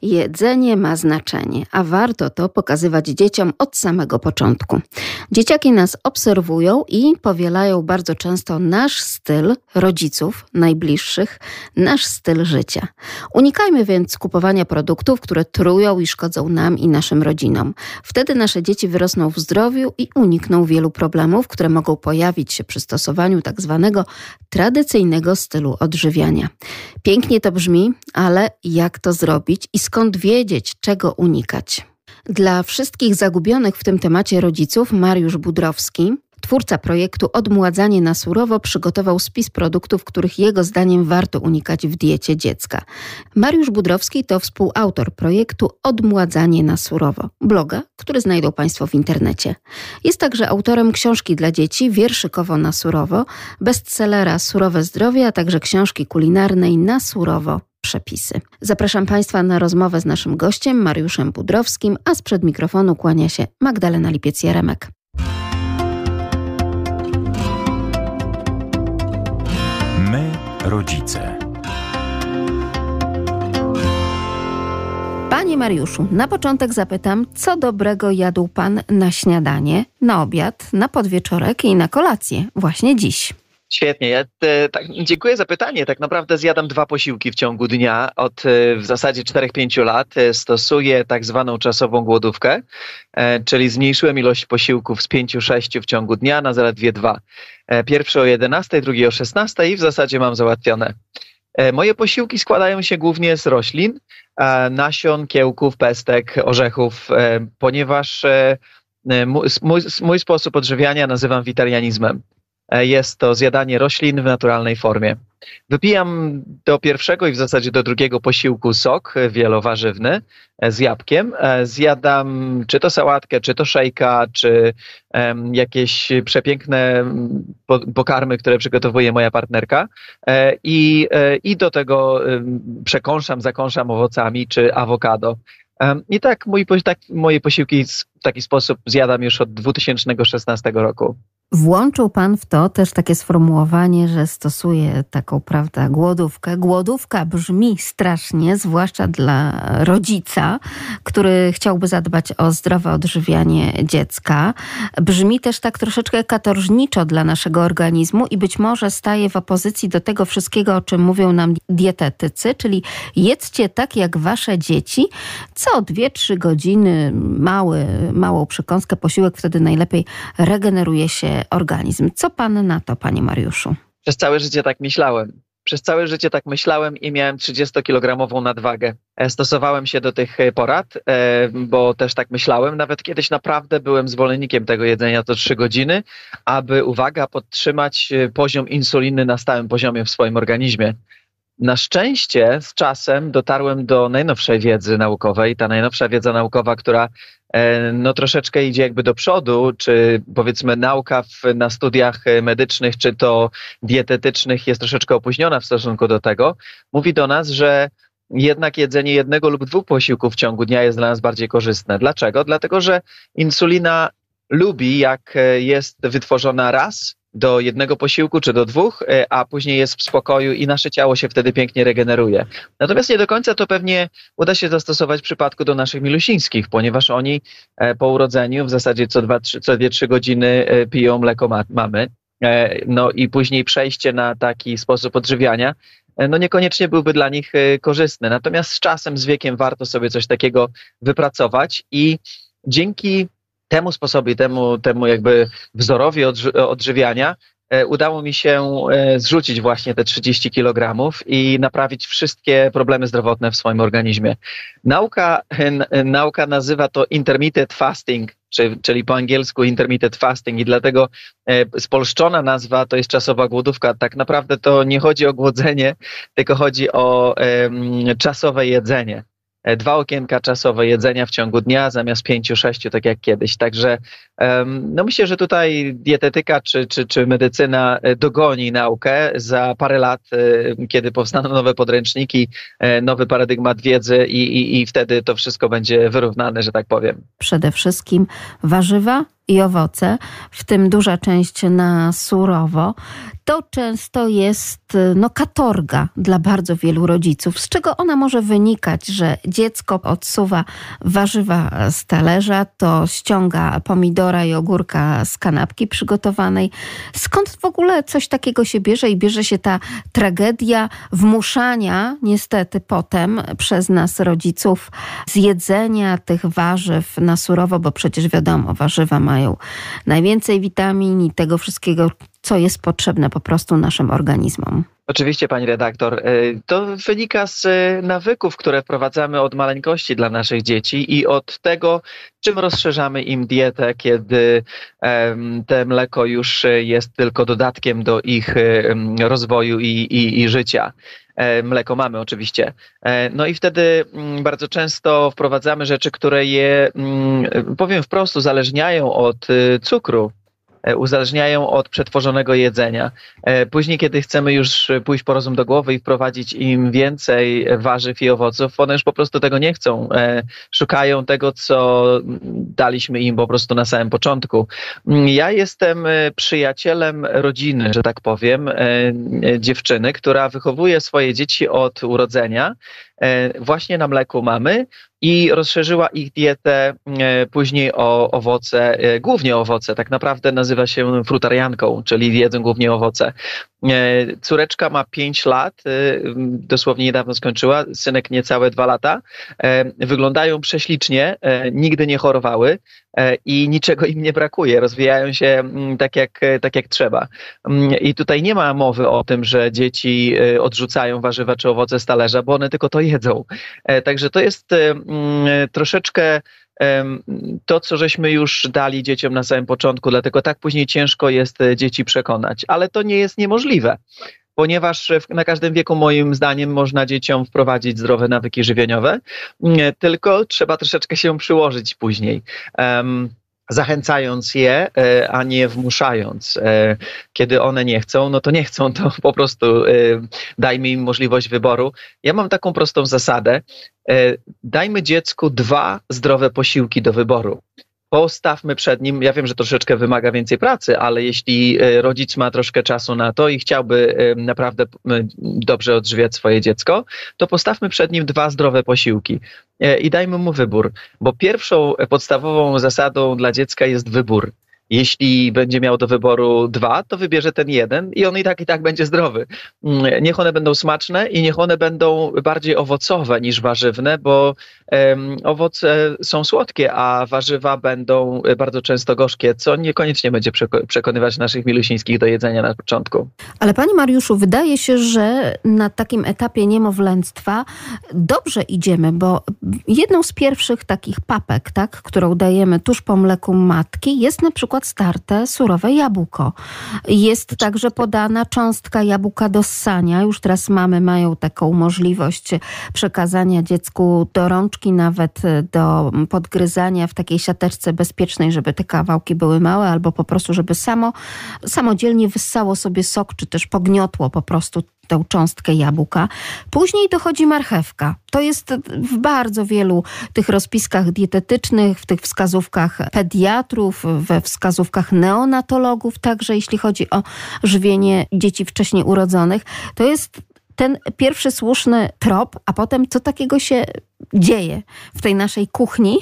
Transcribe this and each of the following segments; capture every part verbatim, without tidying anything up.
Jedzenie ma znaczenie, a warto to pokazywać dzieciom od samego początku. Dzieciaki nas obserwują i powielają bardzo często nasz styl rodziców, najbliższych, nasz styl życia. Unikajmy więc kupowania produktów, które trują i szkodzą nam i naszym rodzinom. Wtedy nasze dzieci wyrosną w zdrowiu i unikną wielu problemów, które mogą pojawić się przy stosowaniu tak zwanego tradycyjnego stylu odżywiania. Pięknie to brzmi, ale jak to zrobić i skąd wiedzieć, czego unikać? Dla wszystkich zagubionych w tym temacie rodziców Mariusz Budrowski, twórca projektu Odmładzanie na surowo, przygotował spis produktów, których jego zdaniem warto unikać w diecie dziecka. Mariusz Budrowski to współautor projektu Odmładzanie na surowo, bloga, który znajdą Państwo w internecie. Jest także autorem książki dla dzieci Wierszykowo na surowo, bestsellera Surowe zdrowie, a także książki kulinarnej Na surowo. Przepisy. Zapraszam Państwa na rozmowę z naszym gościem, Mariuszem Budrowskim, a sprzed mikrofonu kłania się Magdalena Lipiec-Jaremek. My, rodzice. Panie Mariuszu, na początek zapytam, co dobrego jadł Pan na śniadanie, na obiad, na podwieczorek i na kolację właśnie dziś? Świetnie. Ja te, tak, dziękuję za pytanie. Tak naprawdę zjadam dwa posiłki w ciągu dnia. Od w zasadzie czterech pięciu lat stosuję tak zwaną czasową głodówkę, e, czyli zmniejszyłem ilość posiłków z pięciu sześciu w ciągu dnia na zaledwie dwa. E, pierwszy o jedenastej, drugi o szesnastej i w zasadzie mam załatwione. E, moje posiłki składają się głównie z roślin, e, nasion, kiełków, pestek, orzechów, e, ponieważ e, mój, mój, mój sposób odżywiania nazywam witarianizmem. Jest to zjadanie roślin w naturalnej formie. Wypijam do pierwszego i w zasadzie do drugiego posiłku sok wielowarzywny z jabłkiem. Zjadam czy to sałatkę, czy to szejka, czy um, jakieś przepiękne pokarmy, które przygotowuje moja partnerka. I, i do tego przekąszam, zakąszam owocami czy awokado. I tak, mój, tak moje posiłki w taki sposób zjadam już od dwa tysiące szesnastego roku. Włączył Pan w to też takie sformułowanie, że stosuje taką, prawda, głodówkę. Głodówka brzmi strasznie, zwłaszcza dla rodzica, który chciałby zadbać o zdrowe odżywianie dziecka. Brzmi też tak troszeczkę katorżniczo dla naszego organizmu i być może staje w opozycji do tego wszystkiego, o czym mówią nam dietetycy, czyli jedzcie tak jak wasze dzieci, co dwie trzy godziny, mały, małą przekąskę, posiłek, wtedy najlepiej regeneruje się organizm. Co Pan na to, Panie Mariuszu? Przez całe życie tak myślałem. Przez całe życie tak myślałem i miałem trzydziestokilogramową nadwagę. Stosowałem się do tych porad, bo też tak myślałem. Nawet kiedyś naprawdę byłem zwolennikiem tego jedzenia co trzy godziny, aby, uwaga, podtrzymać poziom insuliny na stałym poziomie w swoim organizmie. Na szczęście z czasem dotarłem do najnowszej wiedzy naukowej. Ta najnowsza wiedza naukowa, która no troszeczkę idzie jakby do przodu, czy powiedzmy nauka w, na studiach medycznych, czy to dietetycznych jest troszeczkę opóźniona w stosunku do tego, mówi do nas, że jednak jedzenie jednego lub dwóch posiłków w ciągu dnia jest dla nas bardziej korzystne. Dlaczego? Dlatego, że insulina lubi, jak jest wytworzona raz do jednego posiłku czy do dwóch, a później jest w spokoju i nasze ciało się wtedy pięknie regeneruje. Natomiast nie do końca to pewnie uda się zastosować w przypadku do naszych milusińskich, ponieważ oni po urodzeniu w zasadzie co dwa, trzy, co dwie, trzy godziny piją mleko ma- mamy. No i później przejście na taki sposób odżywiania no niekoniecznie byłby dla nich korzystny. Natomiast z czasem, z wiekiem warto sobie coś takiego wypracować i dzięki temu sposobie, temu, temu jakby wzorowi odży- odżywiania e, udało mi się e, zrzucić właśnie te trzydzieści kilogramów i naprawić wszystkie problemy zdrowotne w swoim organizmie. Nauka, n- nauka nazywa to intermittent fasting, czy, czyli po angielsku intermittent fasting i dlatego e, spolszczona nazwa to jest czasowa głodówka. Tak naprawdę to nie chodzi o głodzenie, tylko chodzi o e, czasowe jedzenie. Dwa okienka czasowe jedzenia w ciągu dnia zamiast pięciu, sześciu, tak jak kiedyś. Także um, no myślę, że tutaj dietetyka czy, czy, czy medycyna dogoni naukę za parę lat, kiedy powstaną nowe podręczniki, nowy paradygmat wiedzy i, i, i wtedy to wszystko będzie wyrównane, że tak powiem. Przede wszystkim warzywa, i owoce, w tym duża część na surowo, to często jest no, katorga dla bardzo wielu rodziców. Z czego ona może wynikać, że dziecko odsuwa warzywa z talerza, to ściąga pomidora i ogórka z kanapki przygotowanej. Skąd w ogóle coś takiego się bierze i bierze się ta tragedia wmuszania niestety potem przez nas rodziców zjedzenia tych warzyw na surowo, bo przecież wiadomo, warzywa mają najwięcej witamin i tego wszystkiego, co jest potrzebne po prostu naszym organizmom. Oczywiście, pani redaktor. To wynika z nawyków, które wprowadzamy od maleńkości dla naszych dzieci i od tego, czym rozszerzamy im dietę, kiedy te mleko już jest tylko dodatkiem do ich rozwoju i, i, i życia. Mleko mamy oczywiście. No i wtedy bardzo często wprowadzamy rzeczy, które je, powiem wprost, uzależniają od cukru. Uzależniają od przetworzonego jedzenia. Później, kiedy chcemy już pójść po rozum do głowy i wprowadzić im więcej warzyw i owoców, one już po prostu tego nie chcą. Szukają tego, co daliśmy im po prostu na samym początku. Ja jestem przyjacielem rodziny, że tak powiem, dziewczyny, która wychowuje swoje dzieci od urodzenia właśnie na mleku mamy i rozszerzyła ich dietę później o owoce, głównie owoce. Tak naprawdę nazywa się frutarianką, czyli jedzą głównie owoce. Córeczka ma pięć lat, dosłownie niedawno skończyła, synek niecałe dwa lata. Wyglądają prześlicznie, nigdy nie chorowały i niczego im nie brakuje. Rozwijają się tak jak, tak jak trzeba. I tutaj nie ma mowy o tym, że dzieci odrzucają warzywa czy owoce z talerza, bo one tylko to jedzą. Także to jest troszeczkę to, co żeśmy już dali dzieciom na samym początku, dlatego tak później ciężko jest dzieci przekonać. Ale to nie jest niemożliwe, ponieważ na każdym wieku moim zdaniem można dzieciom wprowadzić zdrowe nawyki żywieniowe, tylko trzeba troszeczkę się przyłożyć później. Um, zachęcając je, a nie wmuszając. Kiedy one nie chcą, no to nie chcą, to po prostu dajmy im możliwość wyboru. Ja mam taką prostą zasadę. Dajmy dziecku dwa zdrowe posiłki do wyboru. Postawmy przed nim, ja wiem, że troszeczkę wymaga więcej pracy, ale jeśli rodzic ma troszkę czasu na to i chciałby naprawdę dobrze odżywiać swoje dziecko, to postawmy przed nim dwa zdrowe posiłki i dajmy mu wybór, bo pierwszą podstawową zasadą dla dziecka jest wybór. Jeśli będzie miał do wyboru dwa, to wybierze ten jeden i on i tak, i tak będzie zdrowy. Niech one będą smaczne i niech one będą bardziej owocowe niż warzywne, bo um, owoce są słodkie, a warzywa będą bardzo często gorzkie, co niekoniecznie będzie przeko- przekonywać naszych milusińskich do jedzenia na początku. Ale Panie Mariuszu, wydaje się, że na takim etapie niemowlęctwa dobrze idziemy, bo jedną z pierwszych takich papek, tak, którą dajemy tuż po mleku matki, jest na przykład starte surowe jabłko. Jest także podana cząstka jabłka do ssania. Już teraz mamy mają taką możliwość przekazania dziecku do rączki, nawet do podgryzania w takiej siateczce bezpiecznej, żeby te kawałki były małe, albo po prostu, żeby samo, samodzielnie wyssało sobie sok, czy też pogniotło po prostu tą cząstkę jabłka. Później dochodzi marchewka. To jest w bardzo wielu tych rozpiskach dietetycznych, w tych wskazówkach pediatrów, we wskazówkach neonatologów, także jeśli chodzi o żywienie dzieci wcześniej urodzonych. To jest ten pierwszy słuszny trop, a potem co takiego się dzieje w tej naszej kuchni,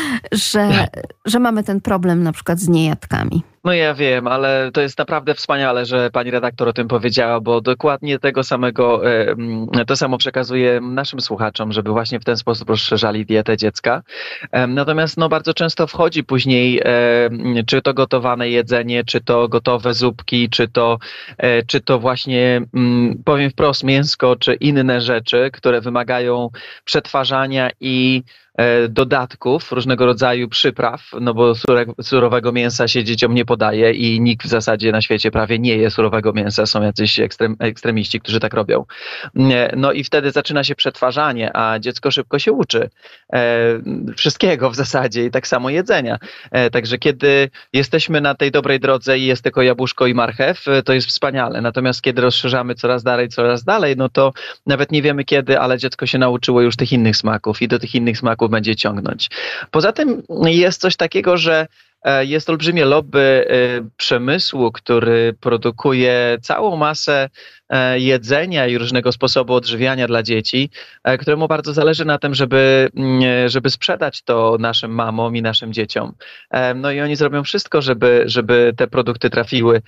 że, że mamy ten problem na przykład z niejadkami. No ja wiem, ale to jest naprawdę wspaniale, że pani redaktor o tym powiedziała, bo dokładnie tego samego, to samo przekazuję naszym słuchaczom, żeby właśnie w ten sposób rozszerzali dietę dziecka. Natomiast no bardzo często wchodzi później, czy to gotowane jedzenie, czy to gotowe zupki, czy to, czy to właśnie, powiem wprost, mięsko, czy inne rzeczy, które wymagają przetwarzania i dodatków, różnego rodzaju przypraw, no bo surowego mięsa się dzieciom nie podaje i nikt w zasadzie na świecie prawie nie je surowego mięsa. Są jacyś ekstrem, ekstremiści, którzy tak robią. No i wtedy zaczyna się przetwarzanie, a dziecko szybko się uczy e, wszystkiego w zasadzie i tak samo jedzenia. E, także kiedy jesteśmy na tej dobrej drodze i jest tylko jabłuszko i marchew, to jest wspaniale. Natomiast kiedy rozszerzamy coraz dalej, coraz dalej, no to nawet nie wiemy kiedy, ale dziecko się nauczyło już tych innych smaków i do tych innych smaków będzie ciągnąć. Poza tym jest coś takiego, że jest olbrzymie lobby przemysłu, który produkuje całą masę jedzenia i różnego sposobu odżywiania dla dzieci, któremu bardzo zależy na tym, żeby, żeby sprzedać to naszym mamom i naszym dzieciom. No i oni zrobią wszystko, żeby, żeby te produkty trafiły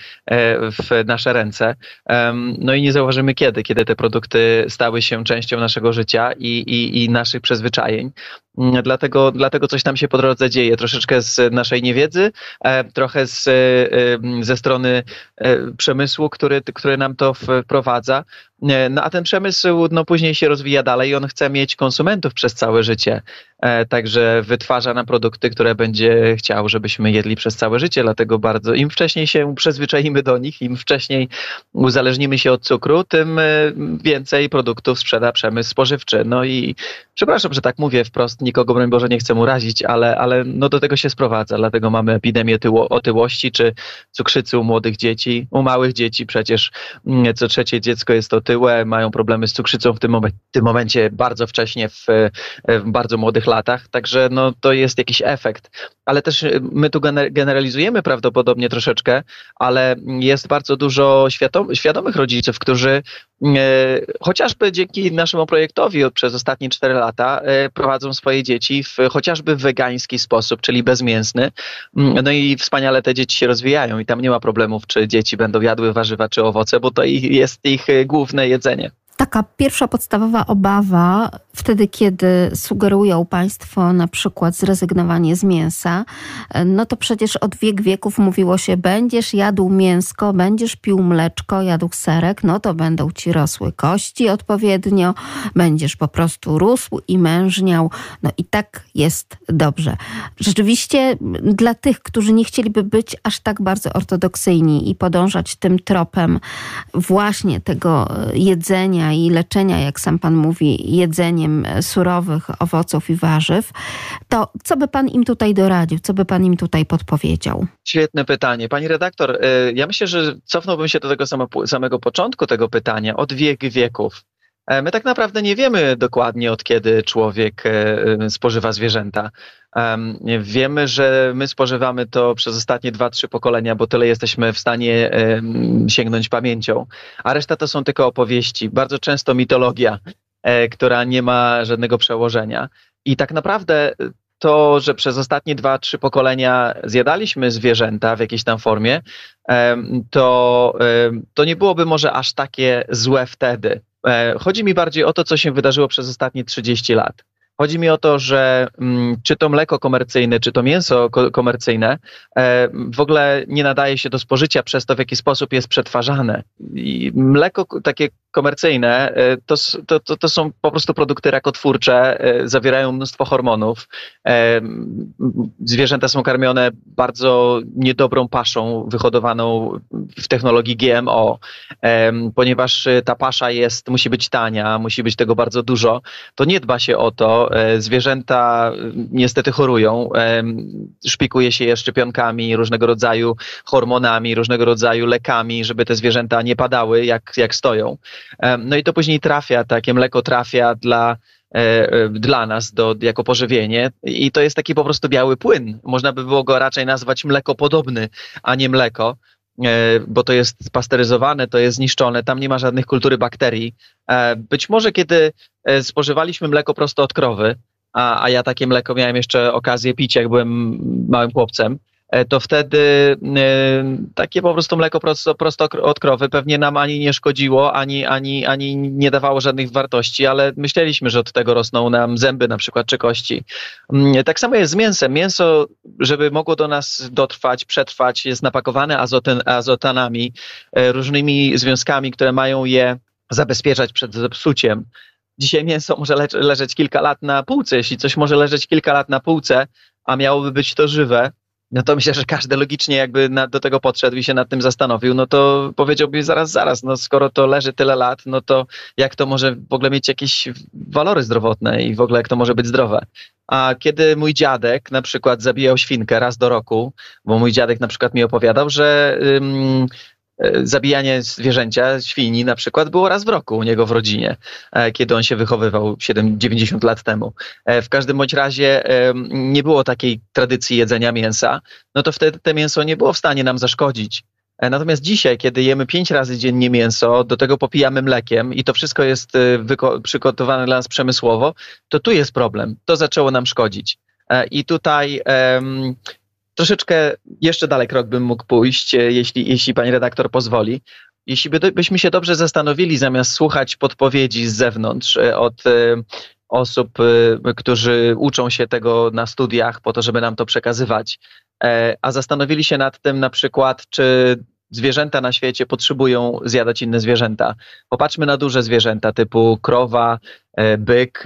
w nasze ręce. No i nie zauważymy kiedy, kiedy te produkty stały się częścią naszego życia i, i, i naszych przyzwyczajeń. Dlatego, dlatego coś tam się po drodze dzieje. Troszeczkę z naszej niewiedzy, trochę z, ze strony przemysłu, który, który nam to wprowadza. No a ten przemysł no, później się rozwija dalej i on chce mieć konsumentów przez całe życie. Także wytwarza nam produkty, które będzie chciał, żebyśmy jedli przez całe życie. Dlatego bardzo im wcześniej się przyzwyczaimy do nich, im wcześniej uzależnimy się od cukru, tym więcej produktów sprzeda przemysł spożywczy. No i przepraszam, że tak mówię wprost, nikogo broń Boże nie chcę urazić, ale, ale no do tego się sprowadza. Dlatego mamy epidemię tyło, otyłości czy cukrzycy u młodych dzieci, u małych dzieci. Przecież co trzecie dziecko jest otyłe, mają problemy z cukrzycą w tym, momen- w tym momencie bardzo wcześnie, w, w bardzo młodych latach. Także no, to jest jakiś efekt. Ale też my tu gener- generalizujemy prawdopodobnie troszeczkę, ale jest bardzo dużo światom- świadomych rodziców, którzy e, chociażby dzięki naszemu projektowi przez ostatnie cztery lata e, prowadzą swoje dzieci w chociażby wegański sposób, czyli bezmięsny. No i wspaniale te dzieci się rozwijają i tam nie ma problemów, czy dzieci będą jadły warzywa czy owoce, bo to ich, jest ich główne jedzenie. Taka pierwsza podstawowa obawa, wtedy kiedy sugerują Państwo na przykład zrezygnowanie z mięsa, no to przecież od wiek wieków mówiło się, będziesz jadł mięsko, będziesz pił mleczko, jadł serek, no to będą Ci rosły kości odpowiednio, będziesz po prostu rósł i mężniał, no i tak jest dobrze. Rzeczywiście dla tych, którzy nie chcieliby być aż tak bardzo ortodoksyjni i podążać tym tropem właśnie tego jedzenia i leczenia, jak sam Pan mówi, jedzeniem surowych owoców i warzyw, to co by Pan im tutaj doradził? Co by Pan im tutaj podpowiedział? Świetne pytanie. Pani redaktor, ja myślę, że cofnąłbym się do tego samego początku tego pytania, od wiek wieków. My tak naprawdę nie wiemy dokładnie, od kiedy człowiek spożywa zwierzęta. Wiemy, że my spożywamy to przez ostatnie dwa, trzy pokolenia, bo tyle jesteśmy w stanie sięgnąć pamięcią. A reszta to są tylko opowieści, bardzo często mitologia, która nie ma żadnego przełożenia. I tak naprawdę to, że przez ostatnie dwa, trzy pokolenia zjadaliśmy zwierzęta w jakiejś tam formie, to, to nie byłoby może aż takie złe wtedy. Chodzi mi bardziej o to, co się wydarzyło przez ostatnie trzydzieści lat. Chodzi mi o to, że m, czy to mleko komercyjne, czy to mięso ko- komercyjne e, w ogóle nie nadaje się do spożycia przez to, w jaki sposób jest przetwarzane. I mleko takie komercyjne e, to, to, to, to są po prostu produkty rakotwórcze, e, zawierają mnóstwo hormonów. E, zwierzęta są karmione bardzo niedobrą paszą wyhodowaną w technologii G M O, e, ponieważ ta pasza jest, musi być tania, musi być tego bardzo dużo, to nie dba się o to. Zwierzęta niestety chorują, szpikuje się je szczepionkami, różnego rodzaju hormonami, różnego rodzaju lekami, żeby te zwierzęta nie padały jak, jak stoją. No i to później trafia, takie mleko trafia dla, dla nas do, jako pożywienie i to jest taki po prostu biały płyn. Można by było go raczej nazwać mlekopodobny, a nie mleko, bo to jest pasteryzowane, to jest zniszczone, tam nie ma żadnych kultury bakterii. Być może kiedy spożywaliśmy mleko prosto od krowy, a, a ja takie mleko miałem jeszcze okazję pić, jak byłem małym chłopcem, to wtedy y, takie po prostu mleko prosto, prosto od krowy pewnie nam ani nie szkodziło, ani, ani, ani nie dawało żadnych wartości, ale myśleliśmy, że od tego rosną nam zęby na przykład czy kości. Y, tak samo jest z mięsem. Mięso, żeby mogło do nas dotrwać, przetrwać, jest napakowane azoten, azotanami, y, różnymi związkami, które mają je zabezpieczać przed zepsuciem. Dzisiaj mięso może le- leżeć kilka lat na półce. Jeśli coś może leżeć kilka lat na półce, a miałoby być to żywe, no to myślę, że każdy logicznie jakby na, do tego podszedł i się nad tym zastanowił, no to powiedziałby zaraz, zaraz, no skoro to leży tyle lat, no to jak to może w ogóle mieć jakieś walory zdrowotne i w ogóle jak to może być zdrowe. A kiedy mój dziadek na przykład zabijał świnkę raz do roku, bo mój dziadek na przykład mi opowiadał, że ym, zabijanie zwierzęcia, świni na przykład, było raz w roku u niego w rodzinie, kiedy on się wychowywał dziewięćdziesiąt lat temu. W każdym bądź razie nie było takiej tradycji jedzenia mięsa, no to wtedy to mięso nie było w stanie nam zaszkodzić. Natomiast dzisiaj, kiedy jemy pięć razy dziennie mięso, do tego popijamy mlekiem i to wszystko jest wyko- przygotowane dla nas przemysłowo, to tu jest problem. To zaczęło nam szkodzić. I tutaj um, troszeczkę jeszcze dalej krok bym mógł pójść, jeśli, jeśli pani redaktor pozwoli. Jeśli by, byśmy się dobrze zastanowili, zamiast słuchać podpowiedzi z zewnątrz od um, osób, którzy uczą się tego na studiach po to, żeby nam to przekazywać, a zastanowili się nad tym na przykład, czy zwierzęta na świecie potrzebują zjadać inne zwierzęta. Popatrzmy na duże zwierzęta typu krowa, byk,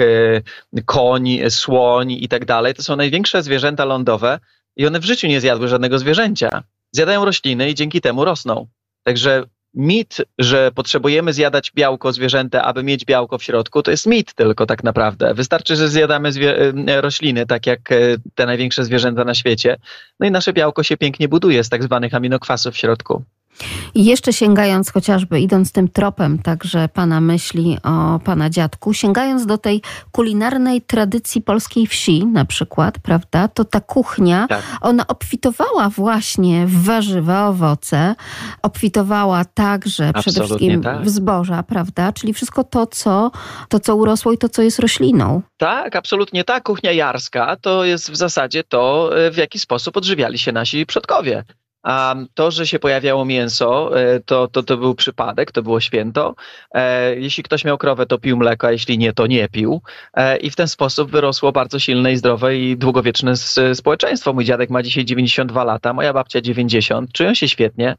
koń, słoń i tak dalej. To są największe zwierzęta lądowe i one w życiu nie zjadły żadnego zwierzęcia. Zjadają rośliny i dzięki temu rosną. Także mit, że potrzebujemy zjadać białko zwierzęte, aby mieć białko w środku, to jest mit tylko tak naprawdę. Wystarczy, że zjadamy zwie- rośliny, tak jak te największe zwierzęta na świecie. No i nasze białko się pięknie buduje z tak zwanych aminokwasów w środku. I jeszcze sięgając chociażby, idąc tym tropem także pana myśli o pana dziadku, sięgając do tej kulinarnej tradycji polskiej wsi na przykład, prawda, to ta kuchnia, tak. Ona obfitowała właśnie w warzywa, owoce, obfitowała także Absolutnie przede wszystkim tak. w zboża, prawda, czyli wszystko to co, to, co urosło i to, co jest rośliną. Tak, absolutnie tak. Kuchnia jarska to jest w zasadzie to, w jaki sposób odżywiali się nasi przodkowie. A to, że się pojawiało mięso, to, to, to był przypadek, to było święto. Jeśli ktoś miał krowę, to pił mleko, a jeśli nie, to nie pił. I w ten sposób wyrosło bardzo silne i zdrowe i długowieczne społeczeństwo. Mój dziadek ma dzisiaj dziewięćdziesiąt dwa lata, moja babcia dziewięćdziesiąt. Czują się świetnie.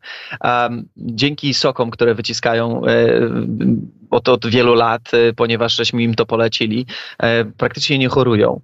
Dzięki sokom, które wyciskają od, od wielu lat, ponieważ żeśmy im to polecili, praktycznie nie chorują.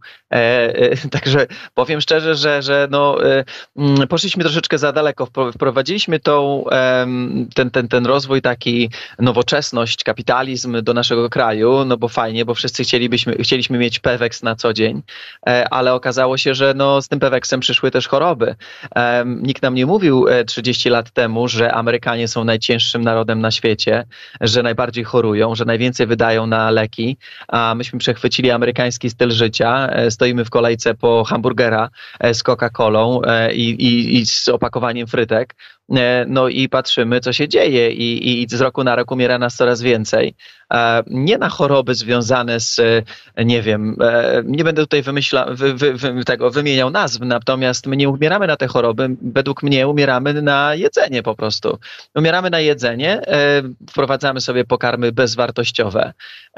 Także powiem szczerze, że, że no, poszliśmy troszeczkę za daleko. Wprowadziliśmy tą, ten, ten, ten rozwój, taki nowoczesność, kapitalizm do naszego kraju, no bo fajnie, bo wszyscy chcielibyśmy, chcieliśmy mieć Peweks na co dzień, ale okazało się, że no, z tym Peweksem przyszły też choroby. Nikt nam nie mówił trzydzieści lat temu, że Amerykanie są najcięższym narodem na świecie, że najbardziej chorują, że najwięcej wydają na leki, a myśmy przechwycili amerykański styl życia, stoimy w kolejce po hamburgera z Coca-Colą i, i, i z opakowaniem frytek, no i patrzymy, co się dzieje i, i z roku na rok umiera nas coraz więcej. Nie na choroby związane z, nie wiem, nie będę tutaj wymyśla, wy, wy, wy, tego wymieniał nazw, natomiast my nie umieramy na te choroby, według mnie umieramy na jedzenie po prostu. Umieramy na jedzenie, wprowadzamy sobie pokarmy bezwartościowe,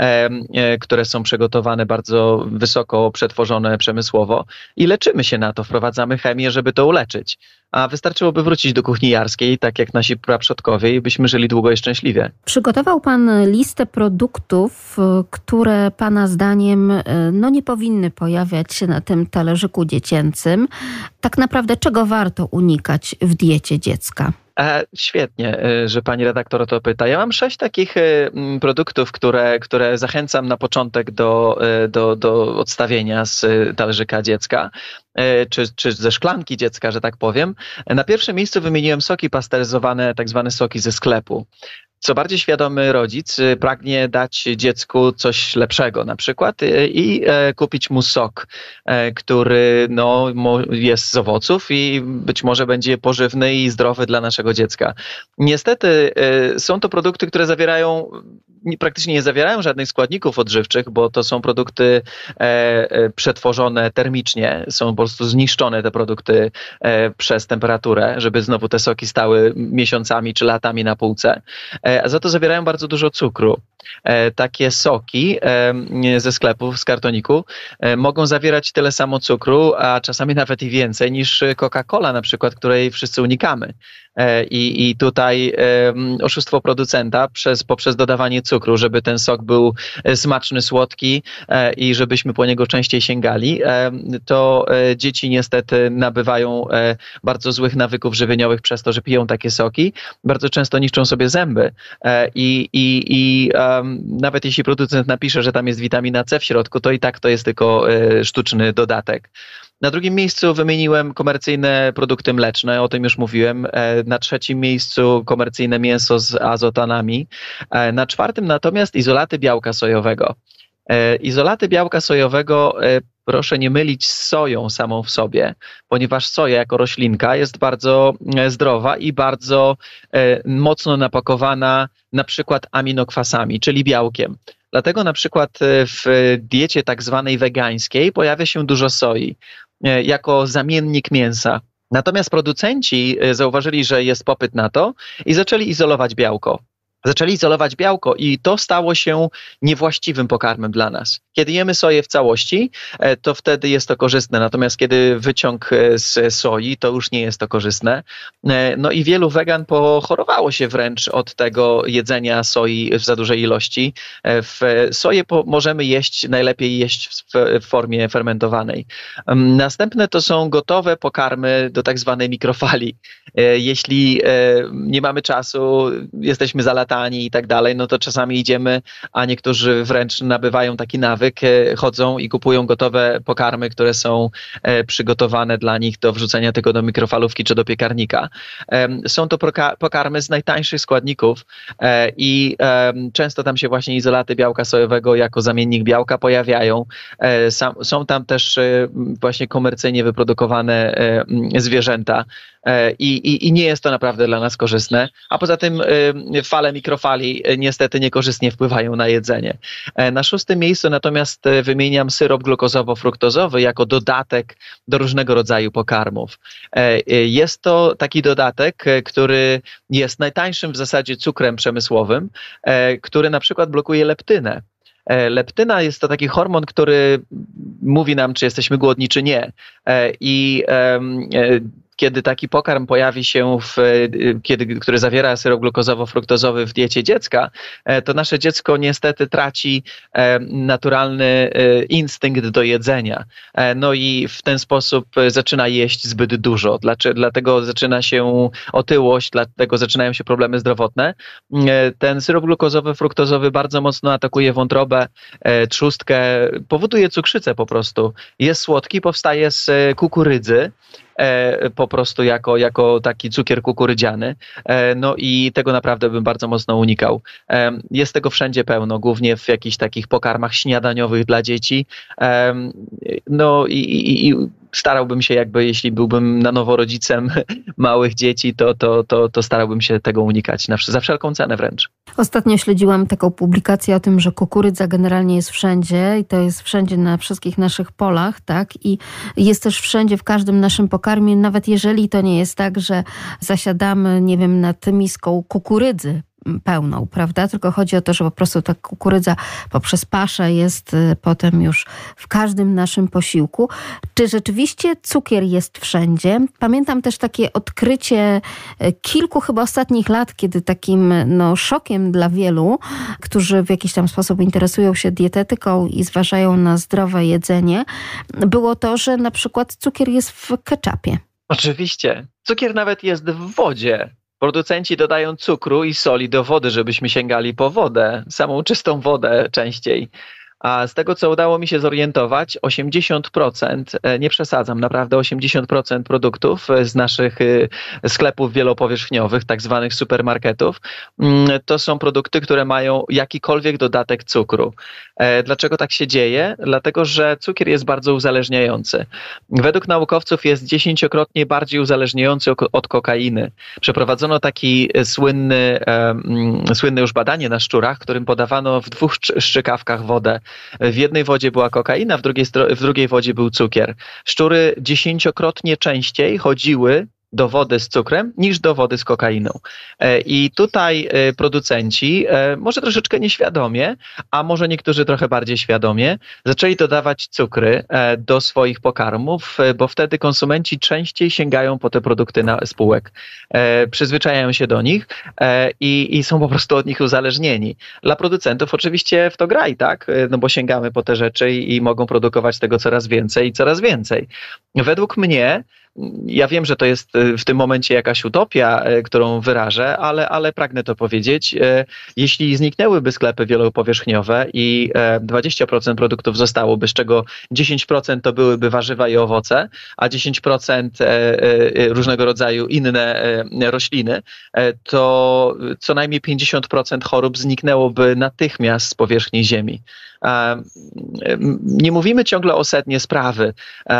które są przygotowane bardzo wysoko przetworzone przemysłowo i leczymy się na to, wprowadzamy chemię, żeby to uleczyć. A wystarczyłoby wrócić do kuchni jarskiej, tak jak nasi praprzodkowie i byśmy żyli długo i szczęśliwie. Przygotował pan listę produktów, które pana zdaniem no, nie powinny pojawiać się na tym talerzyku dziecięcym. Tak naprawdę czego warto unikać w diecie dziecka? E, świetnie, że pani redaktor o to pyta. Ja mam sześć takich produktów, które, które zachęcam na początek do, do, do odstawienia z talerzyka dziecka, czy, czy ze szklanki dziecka, że tak powiem. Na pierwszym miejscu wymieniłem soki pasteryzowane, tak zwane soki ze sklepu. Co bardziej świadomy rodzic pragnie dać dziecku coś lepszego na przykład i kupić mu sok, który no, jest z owoców i być może będzie pożywny i zdrowy dla naszego dziecka. Niestety są to produkty, które zawierają, praktycznie nie zawierają żadnych składników odżywczych, bo to są produkty przetworzone termicznie, są po prostu zniszczone te produkty przez temperaturę, żeby znowu te soki stały miesiącami czy latami na półce. A za to zawierają bardzo dużo cukru. Takie soki ze sklepów, z kartoniku mogą zawierać tyle samo cukru, a czasami nawet i więcej niż Coca-Cola na przykład, której wszyscy unikamy. I, i tutaj oszustwo producenta przez, poprzez dodawanie cukru, żeby ten sok był smaczny, słodki i żebyśmy po niego częściej sięgali, to dzieci niestety nabywają bardzo złych nawyków żywieniowych przez to, że piją takie soki. Bardzo często niszczą sobie zęby i, i, i um, nawet jeśli producent napisze, że tam jest witamina C w środku, to i tak to jest tylko sztuczny dodatek. Na drugim miejscu wymieniłem komercyjne produkty mleczne, o tym już mówiłem. Na trzecim miejscu komercyjne mięso z azotanami. Na czwartym natomiast izolaty białka sojowego. Izolaty białka sojowego proszę nie mylić z soją samą w sobie, ponieważ soja jako roślinka jest bardzo zdrowa i bardzo mocno napakowana na przykład aminokwasami, czyli białkiem. Dlatego na przykład w diecie tak zwanej wegańskiej pojawia się dużo soi jako zamiennik mięsa. Natomiast producenci zauważyli, że jest popyt na to i zaczęli izolować białko. Zaczęli izolować białko i to stało się niewłaściwym pokarmem dla nas. Kiedy jemy soję w całości, to wtedy jest to korzystne, natomiast kiedy wyciąg z soi, to już nie jest to korzystne. No i wielu wegan pochorowało się wręcz od tego jedzenia soi w za dużej ilości. W soję po, możemy jeść, najlepiej jeść w, w formie fermentowanej. Następne to są gotowe pokarmy do tak zwanej mikrofali. Jeśli nie mamy czasu, jesteśmy zalatani i tak dalej, no to czasami idziemy, a niektórzy wręcz nabywają taki nawyk, chodzą i kupują gotowe pokarmy, które są przygotowane dla nich do wrzucenia tylko do mikrofalówki czy do piekarnika. Są to pokarmy z najtańszych składników i często tam się właśnie izolaty białka sojowego jako zamiennik białka pojawiają. Są tam też właśnie komercyjnie wyprodukowane zwierzęta i, i, i nie jest to naprawdę dla nas korzystne, a poza tym fale mikrofali niestety niekorzystnie wpływają na jedzenie. Na szóstym miejscu natomiast wymieniam syrop glukozowo-fruktozowy jako dodatek do różnego rodzaju pokarmów. Jest to taki dodatek, który jest najtańszym w zasadzie cukrem przemysłowym, który na przykład blokuje leptynę. Leptyna jest to taki hormon, który mówi nam, czy jesteśmy głodni, czy nie. I kiedy taki pokarm pojawi się, w, kiedy, który zawiera syrop glukozowo-fruktozowy w diecie dziecka, to nasze dziecko niestety traci naturalny instynkt do jedzenia. No i w ten sposób zaczyna jeść zbyt dużo. Dlatego zaczyna się otyłość, dlatego zaczynają się problemy zdrowotne. Ten syrop glukozowy-fruktozowy bardzo mocno atakuje wątrobę, trzustkę, powoduje cukrzycę po prostu. Jest słodki, powstaje z kukurydzy, po prostu jako, jako taki cukier kukurydziany. No i tego naprawdę bym bardzo mocno unikał. Jest tego wszędzie pełno, głównie w jakichś takich pokarmach śniadaniowych dla dzieci. No i, i, i starałbym się jakby, jeśli byłbym na nowo rodzicem małych dzieci, to, to, to, to starałbym się tego unikać na, za wszelką cenę wręcz. Ostatnio śledziłam taką publikację o tym, że kukurydza generalnie jest wszędzie i to jest wszędzie na wszystkich naszych polach, tak? I jest też wszędzie w każdym naszym pokarmie, nawet jeżeli to nie jest tak, że zasiadamy, nie wiem, nad miską kukurydzy pełną, prawda? Tylko chodzi o to, że po prostu ta kukurydza poprzez paszę jest potem już w każdym naszym posiłku. Czy rzeczywiście cukier jest wszędzie? Pamiętam też takie odkrycie kilku chyba ostatnich lat, kiedy takim no, szokiem dla wielu, którzy w jakiś tam sposób interesują się dietetyką i zważają na zdrowe jedzenie, było to, że na przykład cukier jest w ketchupie. Oczywiście. Cukier nawet jest w wodzie. Producenci dodają cukru i soli do wody, żebyśmy sięgali po wodę, samą czystą wodę częściej. A z tego, co udało mi się zorientować, osiemdziesiąt procent, nie przesadzam, naprawdę osiemdziesiąt procent produktów z naszych sklepów wielopowierzchniowych, tak zwanych supermarketów, to są produkty, które mają jakikolwiek dodatek cukru. Dlaczego tak się dzieje? Dlatego, że cukier jest bardzo uzależniający. Według naukowców jest dziesięciokrotnie bardziej uzależniający od kokainy. Przeprowadzono taki słynny, słynne już badanie na szczurach, którym podawano w dwóch szczykawkach wodę. W jednej wodzie była kokaina, w drugiej, w drugiej wodzie był cukier. Szczury dziesięciokrotnie częściej chodziły do wody z cukrem niż do wody z kokainą. I tutaj producenci, może troszeczkę nieświadomie, a może niektórzy trochę bardziej świadomie, zaczęli dodawać cukry do swoich pokarmów, bo wtedy konsumenci częściej sięgają po te produkty na spółek. Przyzwyczajają się do nich i, i są po prostu od nich uzależnieni. Dla producentów oczywiście w to gra i tak, no bo sięgamy po te rzeczy i, i mogą produkować tego coraz więcej i coraz więcej. Według mnie ja wiem, że to jest w tym momencie jakaś utopia, którą wyrażę, ale, ale pragnę to powiedzieć. Jeśli zniknęłyby sklepy wielopowierzchniowe i dwadzieścia procent produktów zostałoby, z czego dziesięć procent to byłyby warzywa i owoce, a dziesięć procent różnego rodzaju inne rośliny, to co najmniej pięćdziesiąt procent chorób zniknęłoby natychmiast z powierzchni Ziemi. Nie mówimy ciągle o sednie sprawy.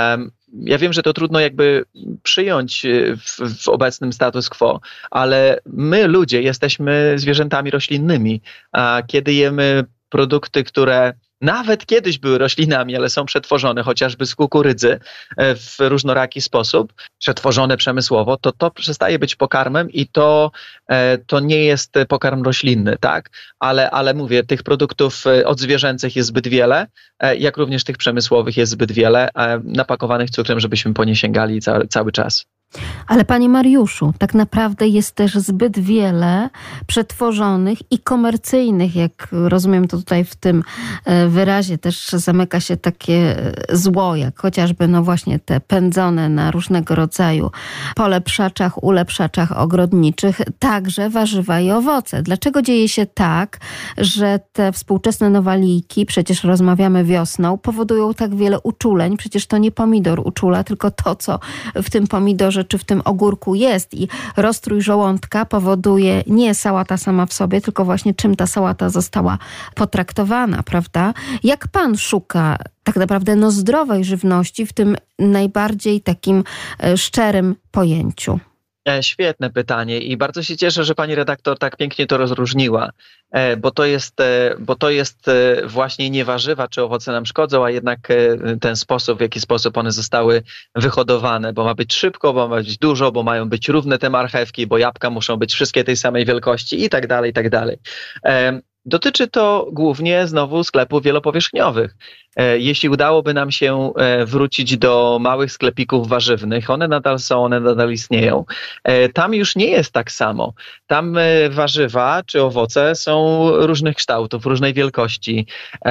Ja wiem, że to trudno jakby przyjąć w, w obecnym status quo, ale my ludzie jesteśmy zwierzętami roślinnymi, a kiedy jemy produkty, które nawet kiedyś były roślinami, ale są przetworzone chociażby z kukurydzy w różnoraki sposób, przetworzone przemysłowo, to to przestaje być pokarmem i to, to nie jest pokarm roślinny, tak? Ale, ale mówię, tych produktów odzwierzęcych jest zbyt wiele, jak również tych przemysłowych jest zbyt wiele, napakowanych cukrem, żebyśmy po nie sięgali cały, cały czas. Ale panie Mariuszu, tak naprawdę jest też zbyt wiele przetworzonych i komercyjnych, jak rozumiem to tutaj w tym wyrazie też zamyka się takie zło, jak chociażby no właśnie te pędzone na różnego rodzaju polepszaczach, ulepszaczach ogrodniczych, także warzywa i owoce. Dlaczego dzieje się tak, że te współczesne nowaliki, przecież rozmawiamy wiosną, powodują tak wiele uczuleń? Przecież to nie pomidor uczula, tylko to, co w tym pomidorze czy w tym ogórku jest i rozstrój żołądka powoduje nie sałata sama w sobie, tylko właśnie czym ta sałata została potraktowana, prawda? Jak pan szuka tak naprawdę no zdrowej żywności w tym najbardziej takim szczerym pojęciu? Świetne pytanie i bardzo się cieszę, że pani redaktor tak pięknie to rozróżniła, bo to jest, bo to jest właśnie nie warzywa czy owoce nam szkodzą, a jednak ten sposób, w jaki sposób one zostały wyhodowane, bo ma być szybko, bo ma być dużo, bo mają być równe te marchewki, bo jabłka muszą być wszystkie tej samej wielkości i tak dalej, i tak dalej. Dotyczy to głównie znowu sklepów wielopowierzchniowych. Jeśli udałoby nam się wrócić do małych sklepików warzywnych, one nadal są, one nadal istnieją. Tam już nie jest tak samo. Tam warzywa czy owoce są różnych kształtów, różnej wielkości.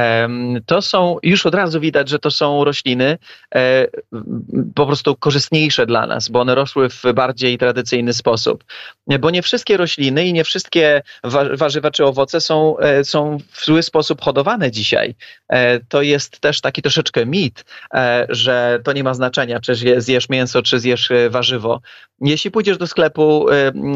To są, już od razu widać, że to są rośliny po prostu korzystniejsze dla nas, bo one rosły w bardziej tradycyjny sposób. Bo nie wszystkie rośliny i nie wszystkie warzywa czy owoce są, są w zły sposób hodowane dzisiaj. To jest też taki troszeczkę mit, że to nie ma znaczenia, czy zjesz mięso, czy zjesz warzywo. Jeśli pójdziesz do sklepu,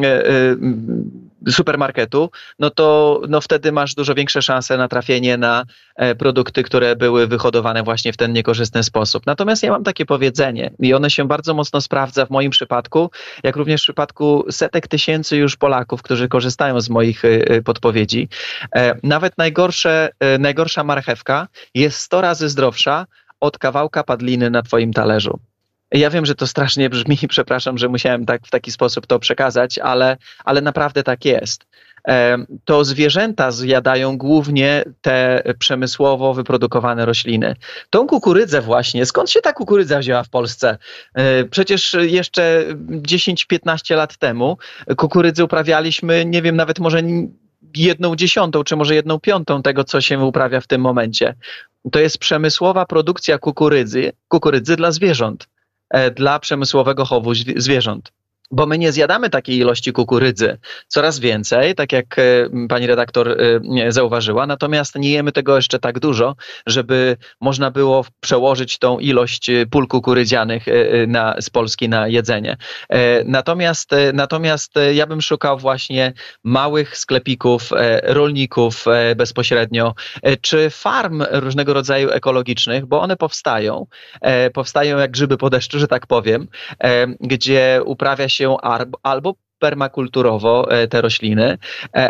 supermarketu, no to no wtedy masz dużo większe szanse na trafienie na produkty, które były wyhodowane właśnie w ten niekorzystny sposób. Natomiast ja mam takie powiedzenie i one się bardzo mocno sprawdza w moim przypadku, jak również w przypadku setek tysięcy już Polaków, którzy korzystają z moich podpowiedzi. Nawet najgorsze, najgorsza marchewka jest sto razy zdrowsza od kawałka padliny na twoim talerzu. Ja wiem, że to strasznie brzmi, przepraszam, że musiałem tak w taki sposób to przekazać, ale, ale naprawdę tak jest. To zwierzęta zjadają głównie te przemysłowo wyprodukowane rośliny. Tą kukurydzę właśnie, skąd się ta kukurydza wzięła w Polsce? Przecież jeszcze dziesięć piętnaście lat temu kukurydzy uprawialiśmy, nie wiem, nawet może jedną dziesiątą, czy może jedną piątą tego, co się uprawia w tym momencie. To jest przemysłowa produkcja kukurydzy, kukurydzy dla zwierząt, dla przemysłowego chowu zwierząt. Bo my nie zjadamy takiej ilości kukurydzy, coraz więcej, tak jak pani redaktor zauważyła, natomiast nie jemy tego jeszcze tak dużo, żeby można było przełożyć tą ilość pól kukurydzianych na, z Polski na jedzenie. Natomiast, natomiast ja bym szukał właśnie małych sklepików, rolników bezpośrednio, czy farm różnego rodzaju ekologicznych, bo one powstają, powstają jak grzyby po deszczu, że tak powiem, gdzie uprawia się się albo permakulturowo te rośliny,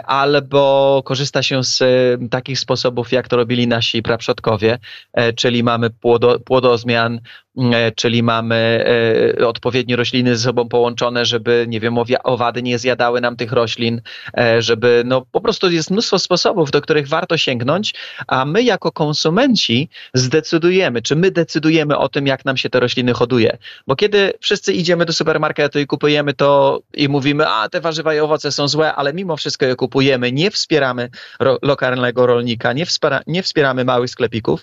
albo korzysta się z takich sposobów, jak to robili nasi praprzodkowie, czyli mamy płodo, płodozmian, czyli mamy odpowiednie rośliny ze sobą połączone, żeby, nie wiem, owady nie zjadały nam tych roślin, żeby, no po prostu jest mnóstwo sposobów, do których warto sięgnąć, a my jako konsumenci zdecydujemy, czy my decydujemy o tym, jak nam się te rośliny hoduje. Bo kiedy wszyscy idziemy do supermarketu i kupujemy to i mówimy, a te warzywa i owoce są złe, ale mimo wszystko je kupujemy, nie wspieramy ro- lokalnego rolnika, nie, wspiera- nie wspieramy małych sklepików,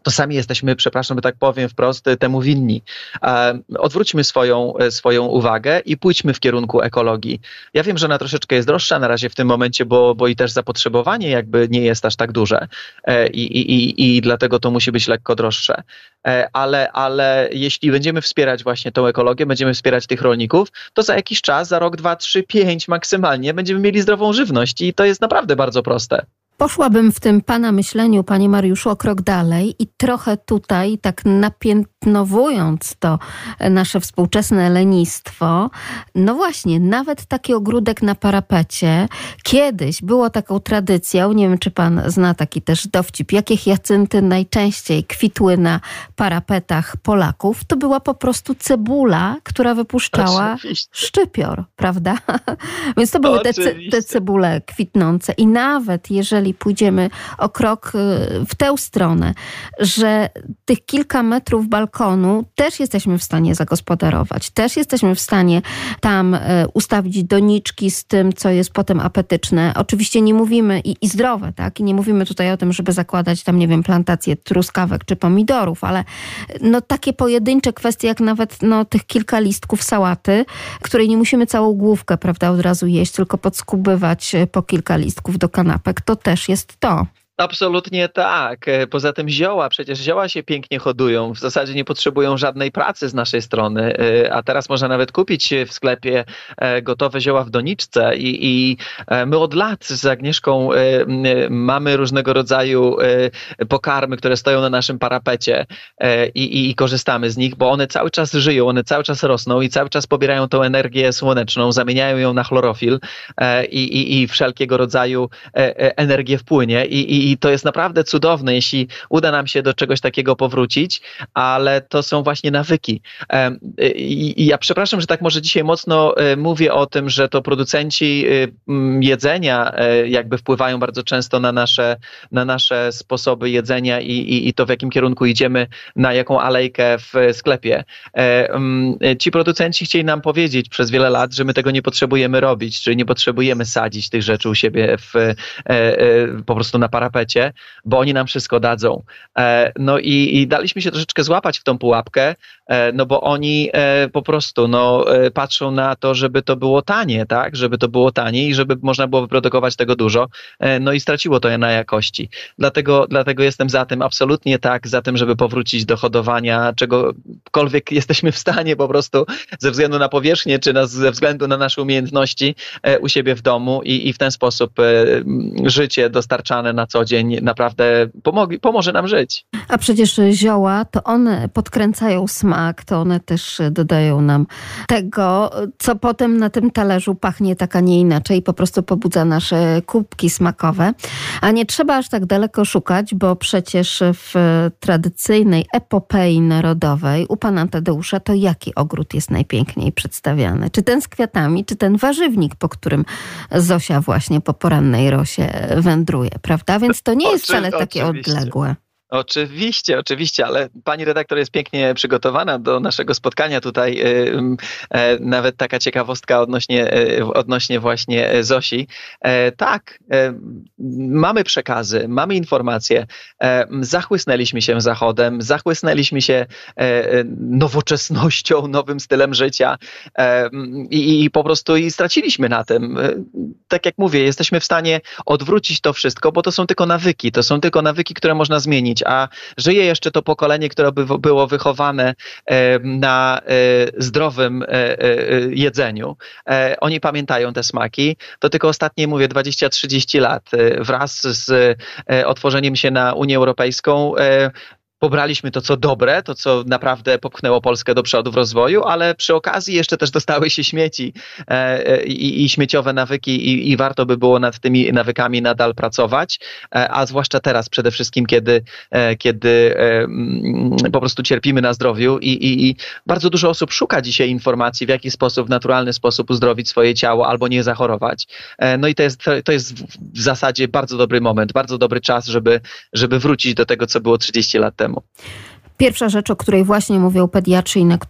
to sami jesteśmy, przepraszam, że tak powiem wprost, temu winni. Odwróćmy swoją, swoją uwagę i pójdźmy w kierunku ekologii. Ja wiem, że ona troszeczkę jest droższa na razie w tym momencie, bo, bo i też zapotrzebowanie jakby nie jest aż tak duże i, i, i, i dlatego to musi być lekko droższe. Ale, ale jeśli będziemy wspierać właśnie tą ekologię, będziemy wspierać tych rolników, to za jakiś czas, za rok, dwa, trzy, pięć maksymalnie będziemy mieli zdrową żywność i to jest naprawdę bardzo proste. Poszłabym w tym pana myśleniu, panie Mariuszu, o krok dalej i trochę tutaj, tak napiętnowując to nasze współczesne lenistwo, no właśnie, nawet taki ogródek na parapecie, kiedyś było taką tradycją, nie wiem, czy pan zna taki też dowcip, jakie hiacynty najczęściej kwitły na parapetach Polaków, to była po prostu cebula, która wypuszczała Oczywiście. szczypior, prawda? Więc to były te, te cebule kwitnące i nawet jeżeli pójdziemy o krok w tę stronę, że tych kilka metrów balkonu też jesteśmy w stanie zagospodarować. Też jesteśmy w stanie tam ustawić doniczki z tym, co jest potem apetyczne. Oczywiście nie mówimy i, i zdrowe, tak? I nie mówimy tutaj o tym, żeby zakładać tam, nie wiem, plantacje truskawek czy pomidorów, ale no takie pojedyncze kwestie, jak nawet no, tych kilka listków sałaty, której nie musimy całą główkę, prawda, od razu jeść, tylko podskubywać po kilka listków do kanapek. To też jest to. Absolutnie tak. Poza tym zioła, przecież zioła się pięknie hodują. W zasadzie nie potrzebują żadnej pracy z naszej strony, a teraz można nawet kupić w sklepie gotowe zioła w doniczce i, i my od lat z Agnieszką mamy różnego rodzaju pokarmy, które stoją na naszym parapecie i, i, i korzystamy z nich, bo one cały czas żyją, one cały czas rosną i cały czas pobierają tą energię słoneczną, zamieniają ją na chlorofil i, i, i wszelkiego rodzaju energię wpłynie i, i I to jest naprawdę cudowne, jeśli uda nam się do czegoś takiego powrócić, ale to są właśnie nawyki. I ja przepraszam, że tak może dzisiaj mocno mówię o tym, że to producenci jedzenia jakby wpływają bardzo często na nasze, na nasze sposoby jedzenia i, i, i to, w jakim kierunku idziemy, na jaką alejkę w sklepie. Ci producenci chcieli nam powiedzieć przez wiele lat, że my tego nie potrzebujemy robić, czyli nie potrzebujemy sadzić tych rzeczy u siebie w, po prostu na parapecie, bo oni nam wszystko dadzą. No i, i daliśmy się troszeczkę złapać w tą pułapkę, no bo oni po prostu no, patrzą na to, żeby to było tanie, tak? Żeby to było tanie i żeby można było wyprodukować tego dużo. No i straciło to na jakości. Dlatego, dlatego jestem za tym, absolutnie tak, za tym, żeby powrócić do hodowania czegokolwiek jesteśmy w stanie po prostu ze względu na powierzchnię, czy na, ze względu na nasze umiejętności u siebie w domu i, i w ten sposób życie dostarczane na co dzień naprawdę pomogi, pomoże nam żyć. A przecież zioła, to one podkręcają smak, to one też dodają nam tego, co potem na tym talerzu pachnie tak, a nie inaczej i po prostu pobudza nasze kubki smakowe. A nie trzeba aż tak daleko szukać, bo przecież w tradycyjnej epopei narodowej u pana Tadeusza to jaki ogród jest najpiękniej przedstawiany? Czy ten z kwiatami, czy ten warzywnik, po którym Zosia właśnie po porannej rosie wędruje, prawda? Więc to nie jest wcale takie odległe. Oczywiście, oczywiście, ale pani redaktor jest pięknie przygotowana do naszego spotkania tutaj. Yy, yy, nawet taka ciekawostka odnośnie, yy, odnośnie właśnie Zosi. Yy, tak, yy, mamy przekazy, mamy informacje, yy, zachłysnęliśmy się zachodem, zachłysnęliśmy się yy, nowoczesnością, nowym stylem życia yy, i, i po prostu i straciliśmy na tym. Yy, tak jak mówię, jesteśmy w stanie odwrócić to wszystko, bo to są tylko nawyki, to są tylko nawyki, które można zmienić. A żyje jeszcze to pokolenie, które by było wychowane na zdrowym jedzeniu. Oni pamiętają te smaki. To tylko ostatnie, mówię, dwadzieścia trzydzieści lat. Wraz z otworzeniem się na Unię Europejską pobraliśmy to, co dobre, to, co naprawdę popchnęło Polskę do przodu w rozwoju, ale przy okazji jeszcze też dostały się śmieci e, i, i śmieciowe nawyki i, i warto by było nad tymi nawykami nadal pracować, e, a zwłaszcza teraz przede wszystkim, kiedy, e, kiedy e, po prostu cierpimy na zdrowiu i, i, i bardzo dużo osób szuka dzisiaj informacji, w jaki sposób, w naturalny sposób uzdrowić swoje ciało albo nie zachorować. E, no i to jest, to jest w zasadzie bardzo dobry moment, bardzo dobry czas, żeby, żeby wrócić do tego, co było trzydzieści lat temu. Pierwsza rzecz, o której właśnie mówią pediatrzy i na którą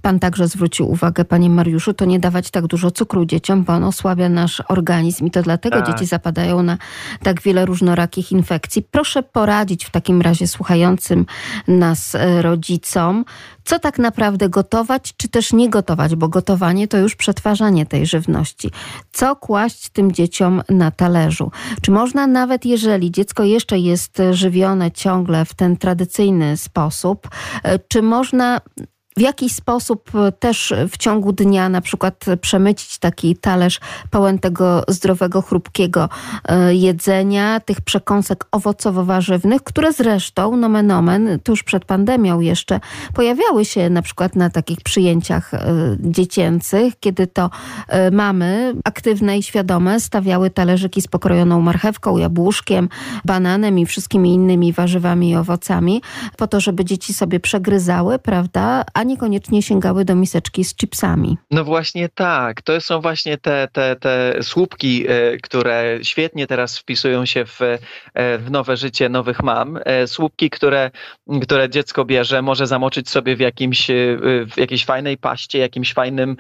pan także zwrócił uwagę, panie Mariuszu, to nie dawać tak dużo cukru dzieciom, bo on osłabia nasz organizm i to dlatego tak. dzieci zapadają na tak wiele różnorakich infekcji. Proszę poradzić w takim razie słuchającym nas rodzicom, co tak naprawdę gotować, czy też nie gotować, bo gotowanie to już przetwarzanie tej żywności. Co kłaść tym dzieciom na talerzu? Czy można nawet, jeżeli dziecko jeszcze jest żywione ciągle w ten tradycyjny sposób, czy można w jakiś sposób też w ciągu dnia na przykład przemycić taki talerz pełen tego zdrowego, chrupkiego jedzenia, tych przekąsek owocowo-warzywnych, które zresztą, nomen omen, tuż przed pandemią jeszcze pojawiały się na przykład na takich przyjęciach dziecięcych, kiedy to mamy aktywne i świadome stawiały talerzyki z pokrojoną marchewką, jabłuszkiem, bananem i wszystkimi innymi warzywami i owocami, po to, żeby dzieci sobie przegryzały, prawda, a niekoniecznie sięgały do miseczki z chipsami. No właśnie tak. To są właśnie te, te, te słupki, które świetnie teraz wpisują się w, w nowe życie nowych mam. Słupki, które, które dziecko bierze, może zamoczyć sobie w, jakimś, w jakiejś fajnej paście, jakimś fajnym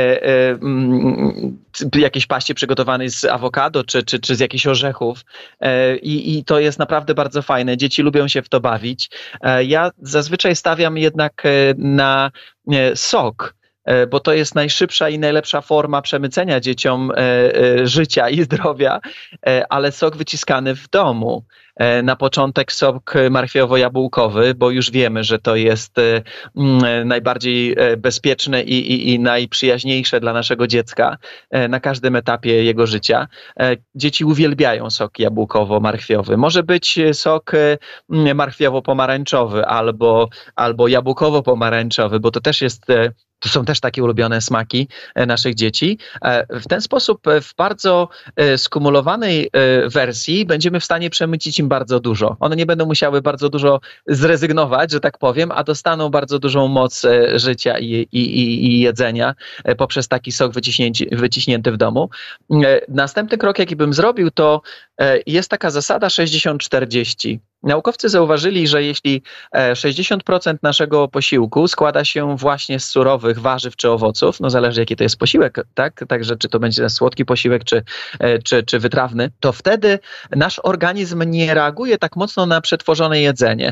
jakiejś paście przygotowanej z awokado czy, czy, czy z jakichś orzechów. I, I to jest naprawdę bardzo fajne. Dzieci lubią się w to bawić. Ja zazwyczaj stawiam jednak na sok, bo to jest najszybsza i najlepsza forma przemycenia dzieciom życia i zdrowia, ale sok wyciskany w domu. Na początek sok marchwiowo-jabłkowy, bo już wiemy, że to jest najbardziej bezpieczne i, i, i najprzyjaźniejsze dla naszego dziecka na każdym etapie jego życia. Dzieci uwielbiają sok jabłkowo-marchwiowy. Może być sok marchwiowo-pomarańczowy albo, albo jabłkowo-pomarańczowy, bo to też jest... To są też takie ulubione smaki naszych dzieci. W ten sposób w bardzo skumulowanej wersji będziemy w stanie przemycić im bardzo dużo. One nie będą musiały bardzo dużo zrezygnować, że tak powiem, a dostaną bardzo dużą moc życia i, i, i jedzenia poprzez taki sok wyciśnięty w domu. Następny krok, jaki bym zrobił, to jest taka zasada sześćdziesiąt czterdzieści. Naukowcy zauważyli, że jeśli sześćdziesiąt procent naszego posiłku składa się właśnie z surowych warzyw czy owoców, no zależy jaki to jest posiłek, tak? Także czy to będzie słodki posiłek czy, czy, czy wytrawny, to wtedy nasz organizm nie reaguje tak mocno na przetworzone jedzenie.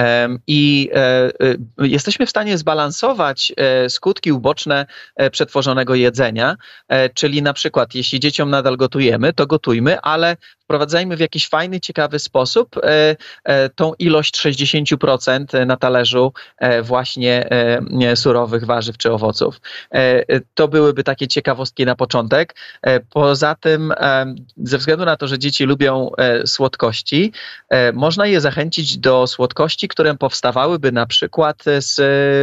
I jesteśmy w stanie zbalansować skutki uboczne przetworzonego jedzenia, czyli na przykład jeśli dzieciom nadal gotujemy, to gotujmy, ale wprowadzajmy w jakiś fajny, ciekawy sposób e, e, tą ilość sześćdziesiąt procent na talerzu e, właśnie e, surowych warzyw czy owoców. E, to byłyby takie ciekawostki na początek. E, poza tym, e, ze względu na to, że dzieci lubią e, słodkości, e, można je zachęcić do słodkości, które powstawałyby na przykład z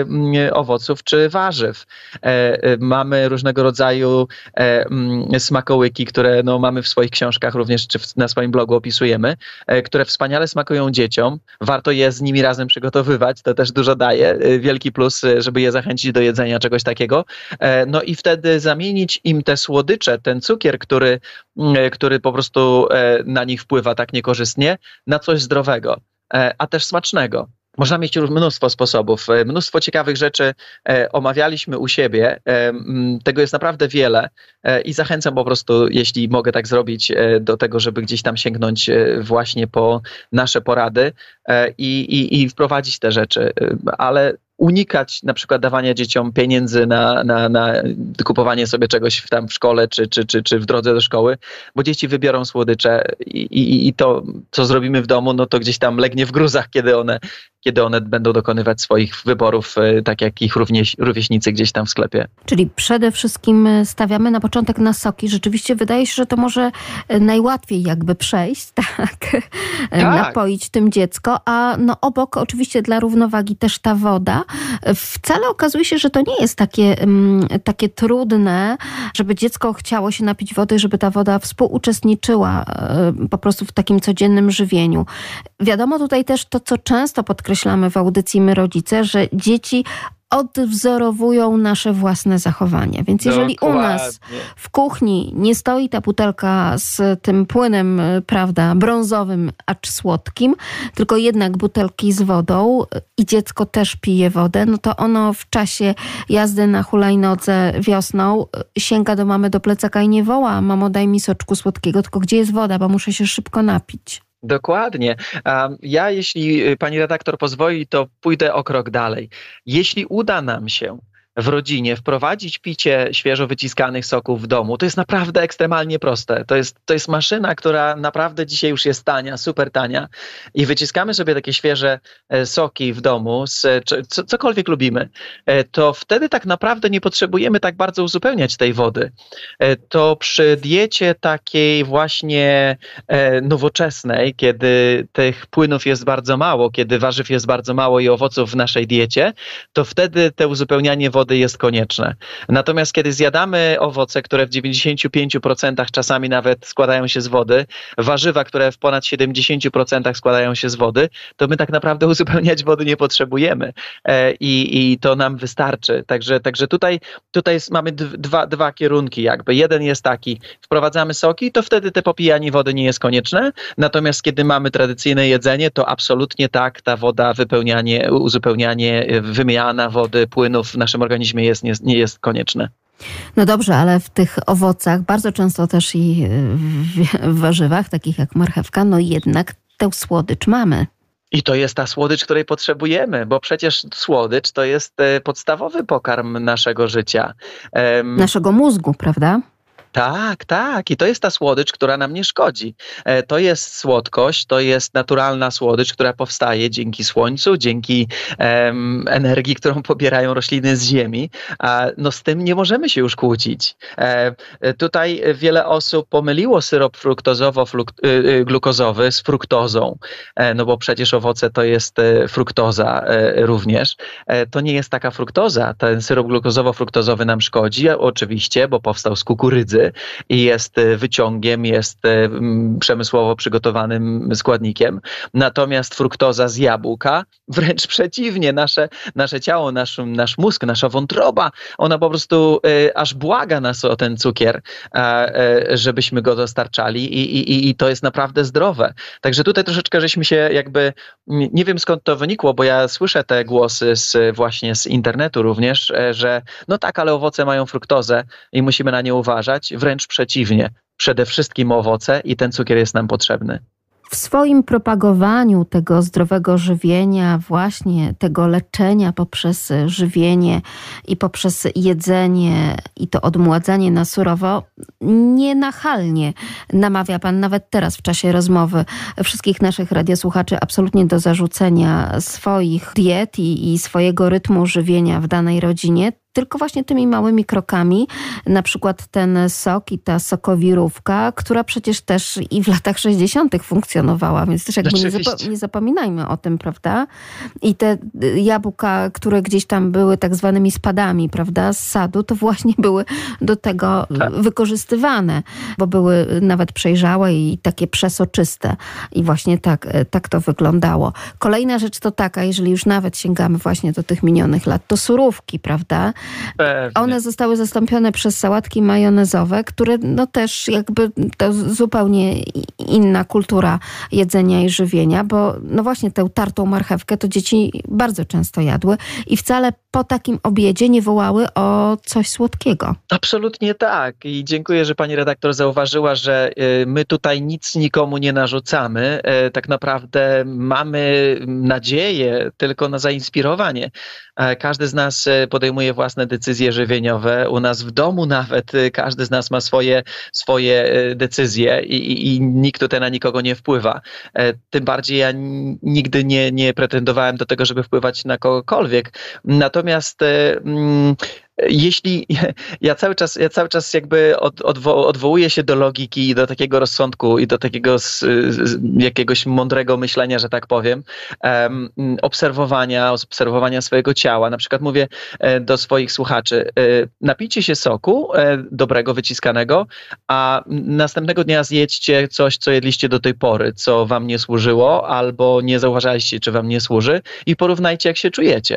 e, owoców czy warzyw. E, e, mamy różnego rodzaju e, m, smakołyki, które no, mamy w swoich książkach również, czy w na swoim blogu opisujemy, które wspaniale smakują dzieciom. Warto je z nimi razem przygotowywać, to też dużo daje. Wielki plus, żeby je zachęcić do jedzenia czegoś takiego. No i wtedy zamienić im te słodycze, ten cukier, który, który po prostu na nich wpływa tak niekorzystnie, na coś zdrowego, a też smacznego. Można mieć mnóstwo sposobów, mnóstwo ciekawych rzeczy e, omawialiśmy u siebie. E, tego jest naprawdę wiele e, i zachęcam po prostu, jeśli mogę tak zrobić, e, do tego, żeby gdzieś tam sięgnąć e, właśnie po nasze porady e, i, i, i wprowadzić te rzeczy. E, ale unikać na przykład dawania dzieciom pieniędzy na, na, na kupowanie sobie czegoś w, tam w szkole czy, czy, czy, czy w drodze do szkoły, bo dzieci wybiorą słodycze i, i, i to, co zrobimy w domu, no to gdzieś tam legnie w gruzach, kiedy one, kiedy one będą dokonywać swoich wyborów, tak jak ich równieś, rówieśnicy gdzieś tam w sklepie. Czyli przede wszystkim stawiamy na początek na soki. Rzeczywiście wydaje się, że to może najłatwiej jakby przejść, tak? tak. Napoić tym dziecko, a no obok oczywiście dla równowagi też ta woda. Wcale okazuje się, że to nie jest takie, takie trudne, żeby dziecko chciało się napić wody, żeby ta woda współuczestniczyła po prostu w takim codziennym żywieniu. Wiadomo tutaj też to, co często podkreślamy w audycji My Rodzice, że dzieci odwzorowują nasze własne zachowania. Więc jeżeli Dokładnie. u nas w kuchni nie stoi ta butelka z tym płynem, prawda, brązowym, acz słodkim, tylko jednak butelki z wodą i dziecko też pije wodę, no to ono w czasie jazdy na hulajnodze wiosną sięga do mamy do plecaka i nie woła: mamo, daj mi soczku słodkiego, tylko gdzie jest woda, bo muszę się szybko napić. Dokładnie. Ja, jeśli pani redaktor pozwoli, to pójdę o krok dalej. Jeśli uda nam się w rodzinie wprowadzić picie świeżo wyciskanych soków w domu, to jest naprawdę ekstremalnie proste. To jest, to jest maszyna, która naprawdę dzisiaj już jest tania, super tania i wyciskamy sobie takie świeże soki w domu, z, co, cokolwiek lubimy, to wtedy tak naprawdę nie potrzebujemy tak bardzo uzupełniać tej wody. To przy diecie takiej właśnie nowoczesnej, kiedy tych płynów jest bardzo mało, kiedy warzyw jest bardzo mało i owoców w naszej diecie, to wtedy te uzupełnianie wody jest konieczne. Natomiast kiedy zjadamy owoce, które w dziewięćdziesięciu pięciu procentach czasami nawet składają się z wody, warzywa, które w ponad siedemdziesięciu procentach składają się z wody, to my tak naprawdę uzupełniać wody nie potrzebujemy e, i, i to nam wystarczy. Także, także tutaj, tutaj jest, mamy dwa, dwa kierunki jakby. Jeden jest taki, wprowadzamy soki, to wtedy te popijanie wody nie jest konieczne, natomiast kiedy mamy tradycyjne jedzenie, to absolutnie tak, ta woda, wypełnianie, uzupełnianie, wymiana wody, płynów w naszym organizmie jest, nie, nie jest konieczne. No dobrze, ale w tych owocach, bardzo często też i w, w warzywach, takich jak marchewka, no jednak tę słodycz mamy. I to jest ta słodycz, której potrzebujemy, bo przecież słodycz to jest podstawowy pokarm naszego życia. Um, Naszego mózgu, prawda? Tak, tak. I to jest ta słodycz, która nam nie szkodzi. To jest słodkość, to jest naturalna słodycz, która powstaje dzięki słońcu, dzięki um, energii, którą pobierają rośliny z ziemi. A, no z tym nie możemy się już kłócić. E, tutaj wiele osób pomyliło syrop fruktozowo-glukozowy z fruktozą, e, no bo przecież owoce to jest e, fruktoza e, również. E, to nie jest taka fruktoza. Ten syrop glukozowo-fruktozowy nam szkodzi, oczywiście, bo powstał z kukurydzy i jest wyciągiem, jest przemysłowo przygotowanym składnikiem. Natomiast fruktoza z jabłka, wręcz przeciwnie, nasze, nasze ciało, nasz, nasz mózg, nasza wątroba, ona po prostu y, aż błaga nas o ten cukier, y, y, żebyśmy go dostarczali i, i, i to jest naprawdę zdrowe. Także tutaj troszeczkę żeśmy się jakby, nie wiem skąd to wynikło, bo ja słyszę te głosy z, właśnie z internetu również, że no tak, ale owoce mają fruktozę i musimy na nie uważać. Wręcz przeciwnie, przede wszystkim owoce i ten cukier jest nam potrzebny. W swoim propagowaniu tego zdrowego żywienia, właśnie tego leczenia poprzez żywienie i poprzez jedzenie i to odmładzanie na surowo, nienachalnie namawia pan nawet teraz w czasie rozmowy wszystkich naszych radiosłuchaczy absolutnie do zarzucenia swoich diet i, i swojego rytmu żywienia w danej rodzinie, tylko właśnie tymi małymi krokami, na przykład ten sok i ta sokowirówka, która przecież też i w latach sześćdziesiątych funkcjonowała, więc też jakby nie, zapo- nie zapominajmy o tym, prawda? I te jabłka, które gdzieś tam były tak zwanymi spadami, prawda, z sadu, to właśnie były do tego tak wykorzystywane, bo były nawet przejrzałe i takie przesoczyste. I właśnie tak, tak to wyglądało. Kolejna rzecz to taka, jeżeli już nawet sięgamy właśnie do tych minionych lat, to surówki, prawda? Pewnie. One zostały zastąpione przez sałatki majonezowe, które no też jakby to zupełnie inna kultura jedzenia i żywienia, bo no właśnie tę tartą marchewkę to dzieci bardzo często jadły i wcale po takim obiedzie nie wołały o coś słodkiego. Absolutnie tak i dziękuję, że pani redaktor zauważyła, że my tutaj nic nikomu nie narzucamy. Tak naprawdę mamy nadzieję tylko na zainspirowanie. Każdy z nas podejmuje własne decyzje żywieniowe. U nas w domu nawet każdy z nas ma swoje, swoje decyzje i, i, i nikt tutaj na nikogo nie wpływa. Tym bardziej ja nigdy nie, nie pretendowałem do tego, żeby wpływać na kogokolwiek. Natomiast mm, jeśli ja cały czas, ja cały czas jakby od, odwo, odwołuję się do logiki i do takiego rozsądku i do takiego z, z, jakiegoś mądrego myślenia, że tak powiem, um, obserwowania, obserwowania swojego ciała. Na przykład mówię do swoich słuchaczy, napijcie się soku dobrego, wyciskanego, a następnego dnia zjedźcie coś, co jedliście do tej pory, co wam nie służyło albo nie zauważaliście, czy wam nie służy i porównajcie, jak się czujecie.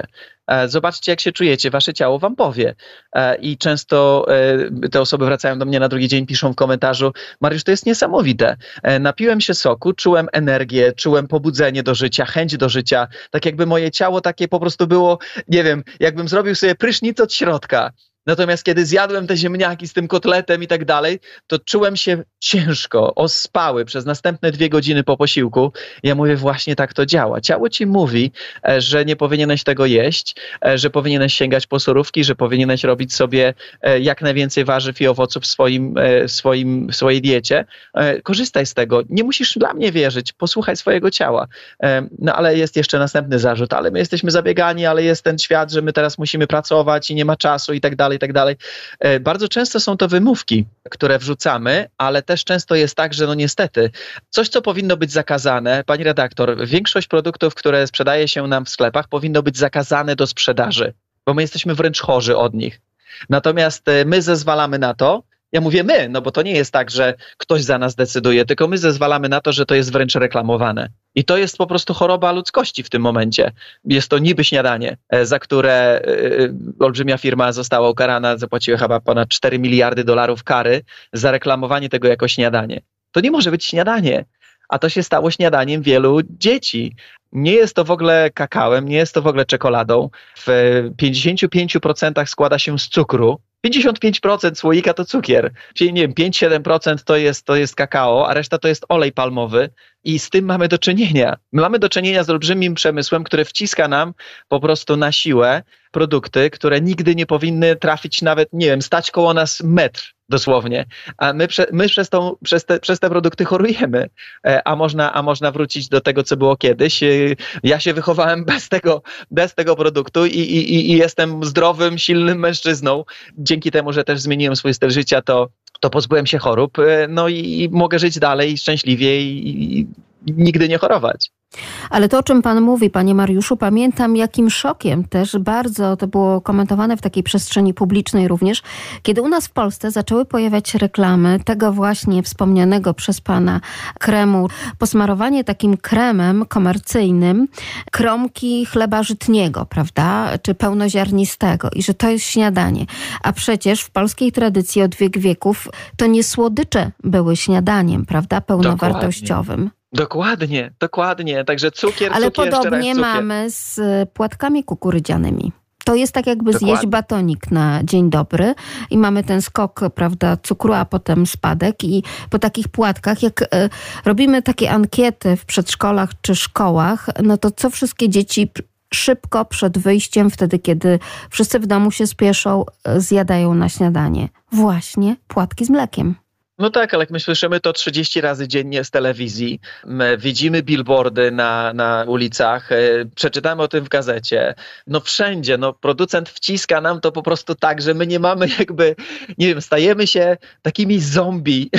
Zobaczcie, jak się czujecie, wasze ciało wam powie. I często te osoby wracają do mnie na drugi dzień, piszą w komentarzu: Mariusz, to jest niesamowite. Napiłem się soku, czułem energię, czułem pobudzenie do życia, chęć do życia. Tak jakby moje ciało takie po prostu było, nie wiem, jakbym zrobił sobie prysznic od środka. Natomiast kiedy zjadłem te ziemniaki z tym kotletem i tak dalej, to czułem się ciężko, ospały przez następne dwie godziny po posiłku. Ja mówię, właśnie tak to działa. Ciało ci mówi, że nie powinieneś tego jeść, że powinieneś sięgać po surówki, że powinieneś robić sobie jak najwięcej warzyw i owoców w, swoim, w, swoim, w swojej diecie. Korzystaj z tego. Nie musisz dla mnie wierzyć. Posłuchaj swojego ciała. No ale jest jeszcze następny zarzut. Ale my jesteśmy zabiegani, ale jest ten świat, że my teraz musimy pracować i nie ma czasu i tak dalej. I tak dalej. Bardzo często są to wymówki, które wrzucamy, ale też często jest tak, że no niestety coś, co powinno być zakazane, pani redaktor, większość produktów, które sprzedaje się nam w sklepach, powinno być zakazane do sprzedaży, bo my jesteśmy wręcz chorzy od nich. Natomiast my zezwalamy na to, ja mówię my, no bo to nie jest tak, że ktoś za nas decyduje, tylko my zezwalamy na to, że to jest wręcz reklamowane. I to jest po prostu choroba ludzkości w tym momencie. Jest to niby śniadanie, za które y, olbrzymia firma została ukarana, zapłaciła chyba ponad cztery miliardy dolarów kary za reklamowanie tego jako śniadanie. To nie może być śniadanie, a to się stało śniadaniem wielu dzieci. Nie jest to w ogóle kakałem, nie jest to w ogóle czekoladą. W pięćdziesiąt pięć procent składa się z cukru. pięćdziesiąt pięć procent słoika to cukier, czyli nie wiem, pięć do siedem procent to jest, to jest kakao, a reszta to jest olej palmowy i z tym mamy do czynienia. My mamy do czynienia z olbrzymim przemysłem, który wciska nam po prostu na siłę produkty, które nigdy nie powinny trafić nawet, nie wiem, stać koło nas metr dosłownie, a my, prze, my przez, tą, przez, te, przez te produkty chorujemy, a można, a można wrócić do tego, co było kiedyś. Ja się wychowałem bez tego, bez tego produktu i, i, i jestem zdrowym, silnym mężczyzną. Dzięki temu, że też zmieniłem swój styl życia, to, to pozbyłem się chorób, no i, i mogę żyć dalej szczęśliwie i, i nigdy nie chorować. Ale to, o czym pan mówi, panie Mariuszu, pamiętam, jakim szokiem też bardzo to było komentowane w takiej przestrzeni publicznej również, kiedy u nas w Polsce zaczęły pojawiać się reklamy tego właśnie wspomnianego przez pana kremu, posmarowanie takim kremem komercyjnym kromki chleba żytniego, prawda, czy pełnoziarnistego i że to jest śniadanie. A przecież w polskiej tradycji od wiek wieków to nie słodycze były śniadaniem, prawda, pełnowartościowym. Dokładnie. Dokładnie, dokładnie. Także cukier, Ale cukier, podobnie cukier. mamy z płatkami kukurydzianymi. To jest tak jakby Dokładnie. zjeść batonik na dzień dobry i mamy ten skok, prawda, cukru, a potem spadek i po takich płatkach, jak y, robimy takie ankiety w przedszkolach czy szkołach, no to co wszystkie dzieci szybko przed wyjściem, wtedy kiedy wszyscy w domu się spieszą, zjadają na śniadanie? Właśnie płatki z mlekiem. No tak, ale jak my słyszymy to trzydzieści razy dziennie z telewizji, my widzimy billboardy na, na ulicach, yy, przeczytamy o tym w gazecie, no wszędzie, no producent wciska nam to po prostu tak, że my nie mamy jakby, nie wiem, stajemy się takimi zombie,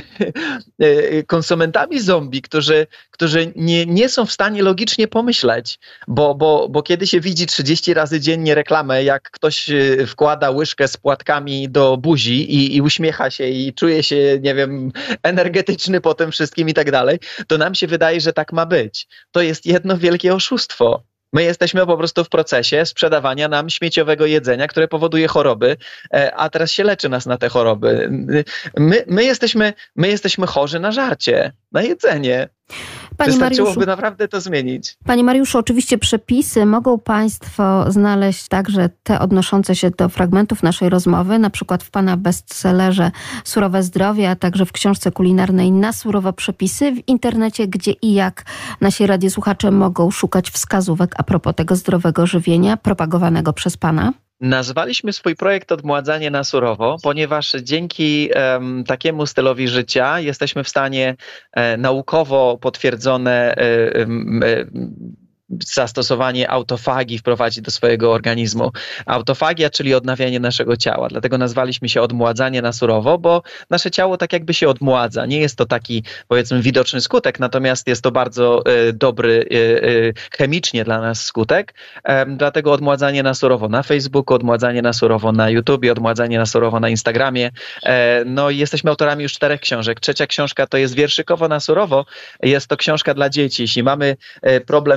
yy, konsumentami zombie, którzy, którzy nie, nie są w stanie logicznie pomyśleć, bo, bo, bo kiedy się widzi trzydzieści razy dziennie reklamę, jak ktoś wkłada łyżkę z płatkami do buzi i, i uśmiecha się i czuje się, nie wiem, energetyczny po tym wszystkim i tak dalej, to nam się wydaje, że tak ma być. To jest jedno wielkie oszustwo. My jesteśmy po prostu w procesie sprzedawania nam śmieciowego jedzenia, które powoduje choroby, a teraz się leczy nas na te choroby. My, my, jesteśmy, my jesteśmy chorzy na żarcie, na jedzenie. Panie Wystarczyłoby Mariuszu, naprawdę to zmienić. Panie Mariuszu, oczywiście przepisy mogą państwo znaleźć także te odnoszące się do fragmentów naszej rozmowy, na przykład w pana bestsellerze Surowe zdrowie, a także w książce kulinarnej Na surowo przepisy w internecie, gdzie i jak nasi radiosłuchacze mogą szukać wskazówek a propos tego zdrowego żywienia propagowanego przez pana? Nazwaliśmy swój projekt Odmładzanie na surowo, ponieważ dzięki um, takiemu stylowi życia jesteśmy w stanie e, naukowo potwierdzone e, e, zastosowanie autofagii wprowadzić do swojego organizmu. Autofagia, czyli odnawianie naszego ciała. Dlatego nazwaliśmy się Odmładzanie na surowo, bo nasze ciało tak jakby się odmładza. Nie jest to taki, powiedzmy, widoczny skutek, natomiast jest to bardzo y, dobry y, y, chemicznie dla nas skutek. E, dlatego Odmładzanie na surowo na Facebooku, Odmładzanie na surowo na YouTubie, Odmładzanie na surowo na Instagramie. E, no i jesteśmy autorami już czterech książek. Trzecia książka to jest Wierszykowo na surowo. Jest to książka dla dzieci. Jeśli mamy y, problem z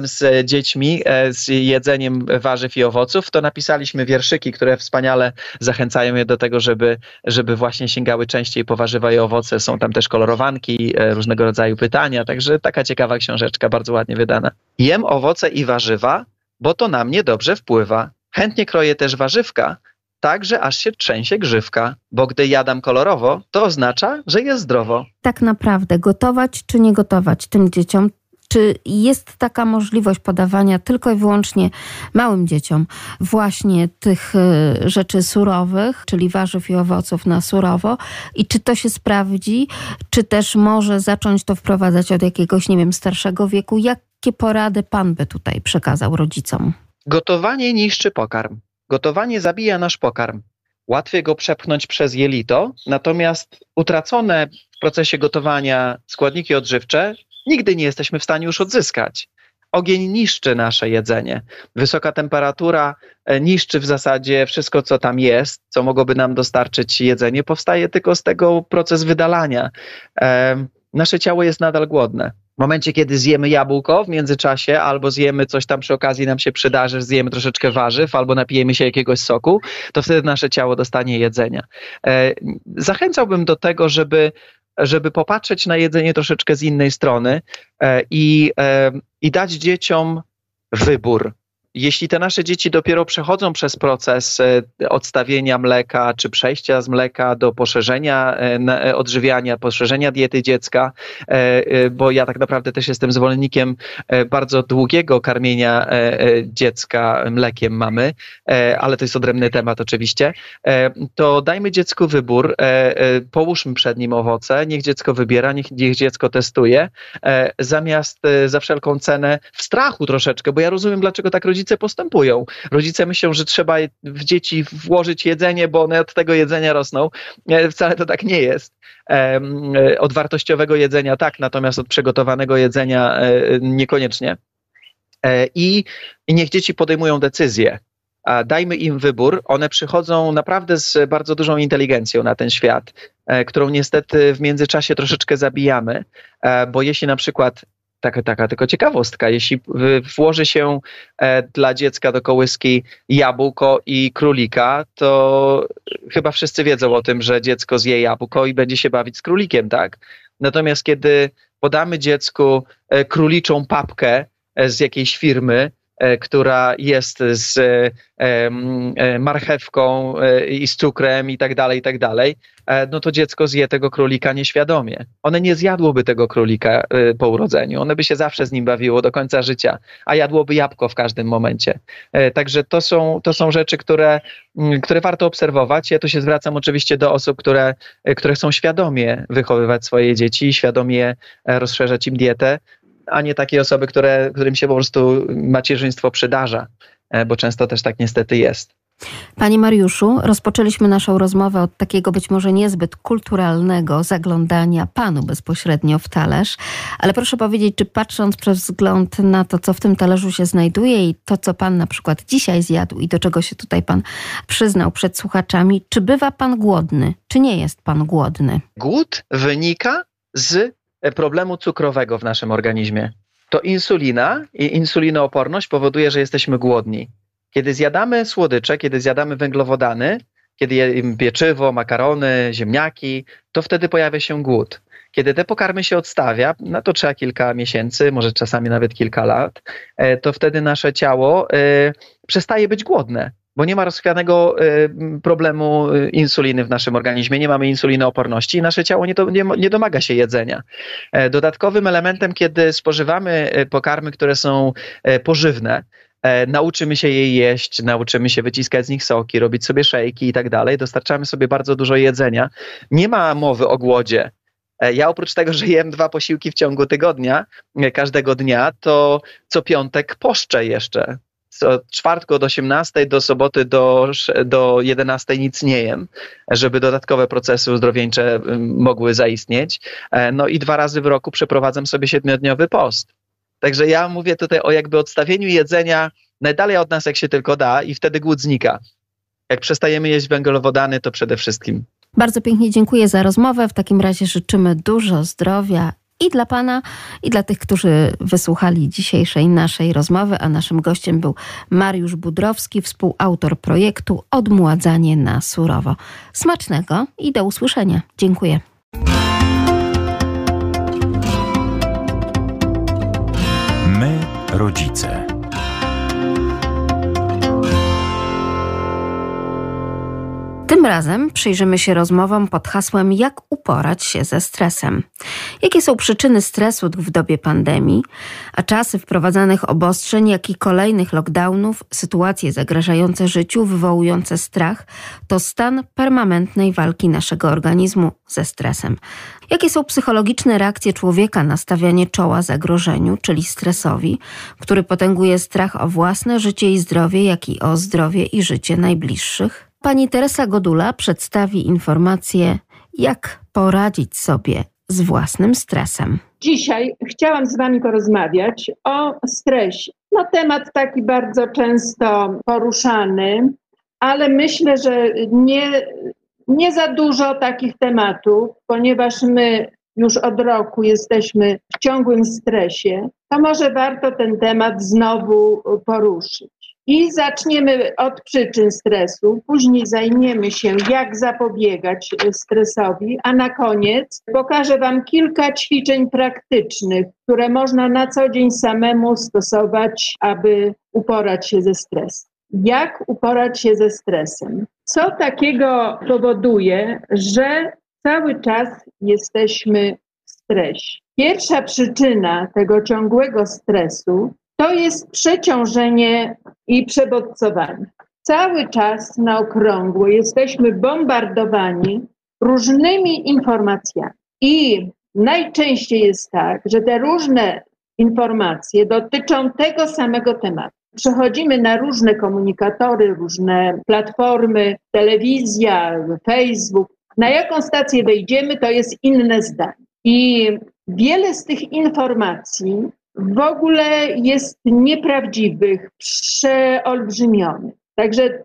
dziećmi z jedzeniem warzyw i owoców, to napisaliśmy wierszyki, które wspaniale zachęcają je do tego, żeby, żeby właśnie sięgały częściej po warzywa i owoce. Są tam też kolorowanki, różnego rodzaju pytania, także taka ciekawa książeczka, bardzo ładnie wydana. Jem owoce i warzywa, bo to na mnie dobrze wpływa. Chętnie kroję też warzywka, tak, że aż się trzęsie grzywka, bo gdy jadam kolorowo, to oznacza, że jest zdrowo. Tak naprawdę gotować czy nie gotować tym dzieciom? Czy jest taka możliwość podawania tylko i wyłącznie małym dzieciom właśnie tych rzeczy surowych, czyli warzyw i owoców na surowo? I czy to się sprawdzi? Czy też może zacząć to wprowadzać od jakiegoś, nie wiem, starszego wieku? Jakie porady pan by tutaj przekazał rodzicom? Gotowanie niszczy pokarm. Gotowanie zabija nasz pokarm. Łatwiej go przepchnąć przez jelito, natomiast utracone w procesie gotowania składniki odżywcze nigdy nie jesteśmy w stanie już odzyskać. Ogień niszczy nasze jedzenie. Wysoka temperatura niszczy w zasadzie wszystko, co tam jest, co mogłoby nam dostarczyć jedzenie. Powstaje tylko z tego proces wydalania. E, nasze ciało jest nadal głodne. W momencie, kiedy zjemy jabłko w międzyczasie, albo zjemy coś tam przy okazji nam się przydarzy, zjemy troszeczkę warzyw, albo napijemy się jakiegoś soku, to wtedy nasze ciało dostanie jedzenia. E, zachęcałbym do tego, żeby żeby popatrzeć na jedzenie troszeczkę z innej strony e, i, e, i dać dzieciom wybór. Jeśli te nasze dzieci dopiero przechodzą przez proces odstawienia mleka, czy przejścia z mleka do poszerzenia odżywiania, poszerzenia diety dziecka, bo ja tak naprawdę też jestem zwolennikiem bardzo długiego karmienia dziecka mlekiem mamy, ale to jest odrębny temat oczywiście, to dajmy dziecku wybór, połóżmy przed nim owoce, niech dziecko wybiera, niech, niech dziecko testuje, zamiast za wszelką cenę w strachu troszeczkę, bo ja rozumiem, dlaczego tak rodzice postępują. Rodzice myślą, że trzeba w dzieci włożyć jedzenie, bo one od tego jedzenia rosną. Wcale to tak nie jest. Od wartościowego jedzenia tak, natomiast od przygotowanego jedzenia niekoniecznie. I, i niech dzieci podejmują decyzje. Dajmy im wybór. One przychodzą naprawdę z bardzo dużą inteligencją na ten świat, którą niestety w międzyczasie troszeczkę zabijamy, bo jeśli na przykład Taka, taka tylko ciekawostka. Jeśli włoży się e, dla dziecka do kołyski jabłko i królika, to chyba wszyscy wiedzą o tym, że dziecko zje jabłko i będzie się bawić z królikiem, tak? Natomiast kiedy podamy dziecku e, króliczą papkę e, z jakiejś firmy, e, która jest z e, e, marchewką e, i z cukrem i tak dalej, i tak dalej, no to dziecko zje tego królika nieświadomie. One nie zjadłoby tego królika y, po urodzeniu. One by się zawsze z nim bawiło do końca życia, a jadłoby jabłko w każdym momencie. Y, także to są, to są rzeczy, które, y, które warto obserwować. Ja tu się zwracam oczywiście do osób, które, y, które chcą świadomie wychowywać swoje dzieci, świadomie y, rozszerzać im dietę, a nie takie osoby, które, którym się po prostu macierzyństwo przydarza, y, bo często też tak niestety jest. Panie Mariuszu, rozpoczęliśmy naszą rozmowę od takiego być może niezbyt kulturalnego zaglądania panu bezpośrednio w talerz, ale proszę powiedzieć, czy patrząc przez wzgląd na to, co w tym talerzu się znajduje i to, co pan na przykład dzisiaj zjadł i do czego się tutaj pan przyznał przed słuchaczami, czy bywa pan głodny, czy nie jest pan głodny? Głód wynika z problemu cukrowego w naszym organizmie. To insulina i insulinooporność powoduje, że jesteśmy głodni. Kiedy zjadamy słodycze, kiedy zjadamy węglowodany, kiedy jemy pieczywo, makarony, ziemniaki, to wtedy pojawia się głód. Kiedy te pokarmy się odstawia, no to trzeba kilka miesięcy, może czasami nawet kilka lat, to wtedy nasze ciało y, przestaje być głodne, bo nie ma rozchwianego y, problemu insuliny w naszym organizmie, nie mamy insulinooporności i nasze ciało nie, do, nie, nie domaga się jedzenia. E, dodatkowym elementem, kiedy spożywamy pokarmy, które są e, pożywne, E, nauczymy się je jeść, nauczymy się wyciskać z nich soki, robić sobie szejki i tak dalej. Dostarczamy sobie bardzo dużo jedzenia. Nie ma mowy o głodzie. E, ja oprócz tego, że jem dwa posiłki w ciągu tygodnia, e, każdego dnia, to co piątek poszczę jeszcze. Od czwartku od osiemnastej do soboty do, do jedenastej nic nie jem, żeby dodatkowe procesy uzdrowieńcze mogły zaistnieć. E, no i dwa razy w roku przeprowadzam sobie siedmiodniowy post. Także ja mówię tutaj o jakby odstawieniu jedzenia najdalej od nas, jak się tylko da, i wtedy głód znika. Jak przestajemy jeść węglowodany, to przede wszystkim. Bardzo pięknie dziękuję za rozmowę. W takim razie życzymy dużo zdrowia i dla Pana, i dla tych, którzy wysłuchali dzisiejszej naszej rozmowy, a naszym gościem był Mariusz Budrowski, współautor projektu Odmładzanie na surowo. Smacznego i do usłyszenia. Dziękuję. My, rodzice. Tym razem przyjrzymy się rozmowom pod hasłem „Jak uporać się ze stresem”. Jakie są przyczyny stresu w dobie pandemii, a czasy wprowadzanych obostrzeń, jak i kolejnych lockdownów, sytuacje zagrażające życiu, wywołujące strach, to stan permanentnej walki naszego organizmu ze stresem. Jakie są psychologiczne reakcje człowieka na stawianie czoła zagrożeniu, czyli stresowi, który potęguje strach o własne życie i zdrowie, jak i o zdrowie i życie najbliższych? Pani Teresa Godula przedstawi informacje, jak poradzić sobie z własnym stresem. Dzisiaj chciałam z Wami porozmawiać o stresie. No, temat taki bardzo często poruszany, ale myślę, że nie, nie za dużo takich tematów, ponieważ my już od roku jesteśmy w ciągłym stresie, to może warto ten temat znowu poruszyć. I zaczniemy od przyczyn stresu, później zajmiemy się, jak zapobiegać stresowi, a na koniec pokażę Wam kilka ćwiczeń praktycznych, które można na co dzień samemu stosować, aby uporać się ze stresem. Jak uporać się ze stresem? Co takiego powoduje, że cały czas jesteśmy w stresie? Pierwsza przyczyna tego ciągłego stresu to jest przeciążenie i przebodźcowanie. Cały czas na okrągło jesteśmy bombardowani różnymi informacjami. I najczęściej jest tak, że te różne informacje dotyczą tego samego tematu. Przechodzimy na różne komunikatory, różne platformy, telewizja, Facebook. Na jaką stację wejdziemy, to jest inne zdanie. I wiele z tych informacji w ogóle jest nieprawdziwych, przeolbrzymionych. Także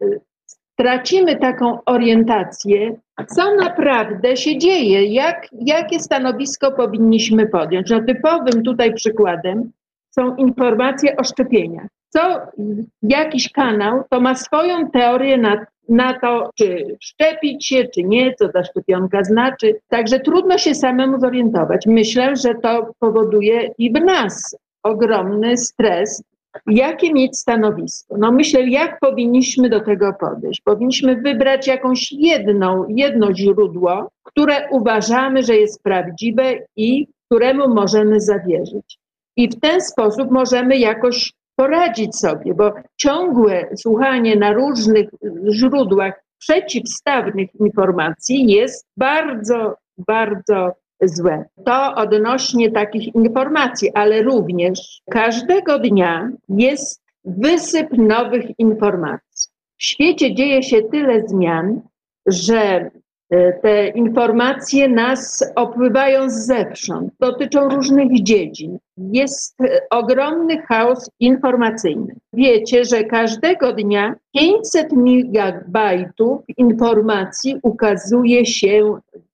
tracimy taką orientację, co naprawdę się dzieje, jak, jakie stanowisko powinniśmy podjąć. No, typowym tutaj przykładem są informacje o szczepieniach. Co jakiś kanał to ma swoją teorię na, na to, czy szczepić się, czy nie, co ta szczepionka znaczy. Także trudno się samemu zorientować. Myślę, że to powoduje i w nas ogromny stres. Jakie mieć stanowisko? No myślę, jak powinniśmy do tego podejść? Powinniśmy wybrać jakąś jedną, jedno źródło, które uważamy, że jest prawdziwe i któremu możemy zawierzyć. I w ten sposób możemy jakoś poradzić sobie, bo ciągłe słuchanie na różnych źródłach przeciwstawnych informacji jest bardzo, bardzo złe. To odnośnie takich informacji, ale również każdego dnia jest wysyp nowych informacji. W świecie dzieje się tyle zmian, że te informacje nas opływają zewsząd, dotyczą różnych dziedzin. Jest ogromny chaos informacyjny. Wiecie, że każdego dnia pięćset megabajtów informacji ukazuje się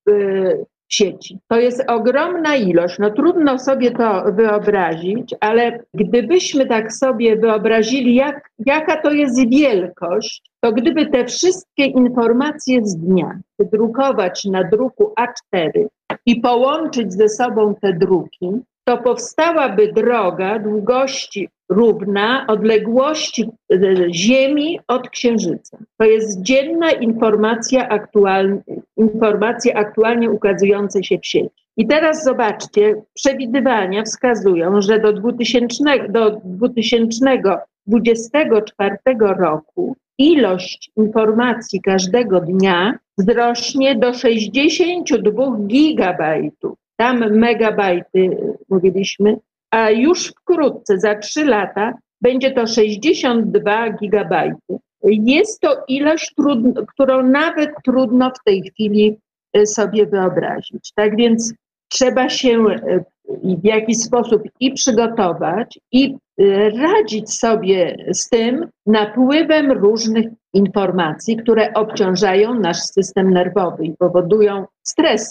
w w sieci. To jest ogromna ilość. No trudno sobie to wyobrazić, ale gdybyśmy tak sobie wyobrazili, jak, jaka to jest wielkość, to gdyby te wszystkie informacje z dnia wydrukować na druku A cztery i połączyć ze sobą te druki, to powstałaby droga długości równa odległości Ziemi od Księżyca. To jest dzienna informacja, aktualna, informacja aktualnie ukazująca się w sieci. I teraz zobaczcie, przewidywania wskazują, że do, dwutysięcznego, do dwa tysiące dwudziestego czwartego roku ilość informacji każdego dnia wzrośnie do sześćdziesiąt dwa gigabajtów. Tam megabajty mówiliśmy, a już wkrótce, za trzy lata, będzie to sześćdziesiąt dwa gigabajty. Jest to ilość, trudno, którą nawet trudno w tej chwili sobie wyobrazić. Tak więc trzeba się w jakiś sposób i przygotować, i radzić sobie z tym napływem różnych informacji, które obciążają nasz system nerwowy i powodują stresy.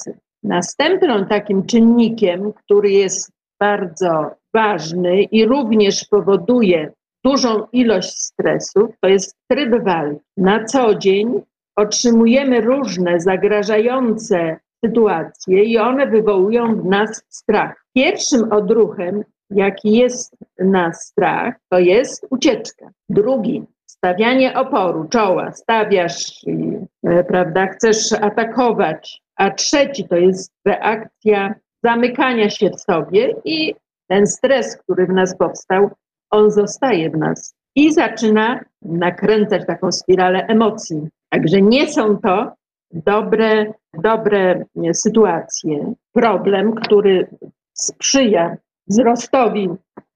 Następnym takim czynnikiem, który jest bardzo ważny i również powoduje dużą ilość stresu, to jest tryb walki. Na co dzień otrzymujemy różne zagrażające sytuacje i one wywołują w nas strach. Pierwszym odruchem, jaki jest na strach, to jest ucieczka. Drugi, stawianie oporu, czoła, stawiasz, i, e, prawda, chcesz atakować. A trzeci to jest reakcja zamykania się w sobie i ten stres, który w nas powstał, on zostaje w nas i zaczyna nakręcać taką spiralę emocji. Także nie są to dobre, dobre sytuacje. Problem, który sprzyja wzrostowi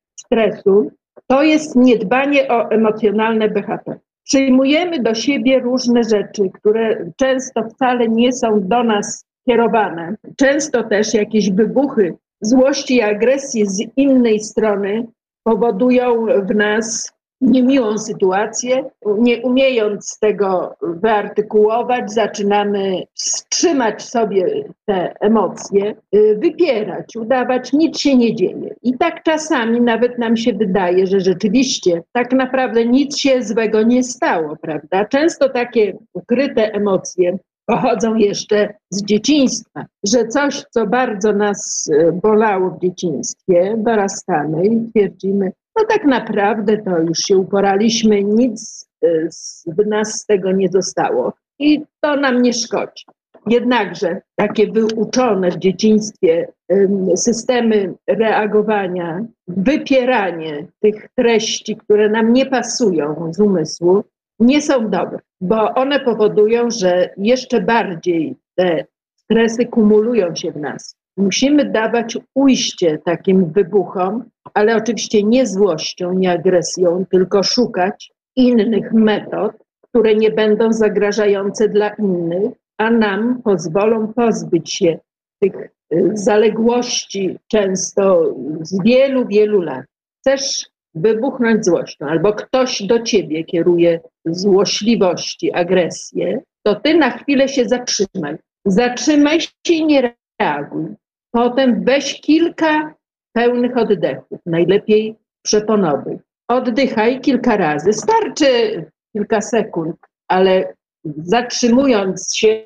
stresu, to jest niedbanie o emocjonalne B H P. Przyjmujemy do siebie różne rzeczy, które często wcale nie są do nas kierowane. Często też jakieś wybuchy złości i agresji z innej strony powodują w nas niemiłą sytuację. Nie umiejąc tego wyartykułować, zaczynamy wstrzymać sobie te emocje, wypierać, udawać, nic się nie dzieje. I tak czasami nawet nam się wydaje, że rzeczywiście tak naprawdę nic się złego nie stało, prawda? Często takie ukryte emocje pochodzą jeszcze z dzieciństwa, że coś, co bardzo nas bolało w dzieciństwie, dorastamy i twierdzimy, no tak naprawdę to już się uporaliśmy, nic w nas z tego nie zostało i to nam nie szkodzi. Jednakże takie wyuczone w dzieciństwie systemy reagowania, wypieranie tych treści, które nam nie pasują z umysłu, nie są dobre, bo one powodują, że jeszcze bardziej te stresy kumulują się w nas. Musimy dawać ujście takim wybuchom, ale oczywiście nie złością, nie agresją, tylko szukać innych metod, które nie będą zagrażające dla innych, a nam pozwolą pozbyć się tych zaległości często z wielu, wielu lat. Chcesz wybuchnąć złością, albo ktoś do ciebie kieruje złośliwości, agresję, to ty na chwilę się zatrzymaj. Zatrzymaj się i nie reaguj. Potem weź kilka pełnych oddechów, najlepiej przeponowych. Oddychaj kilka razy, starczy kilka sekund, ale zatrzymując się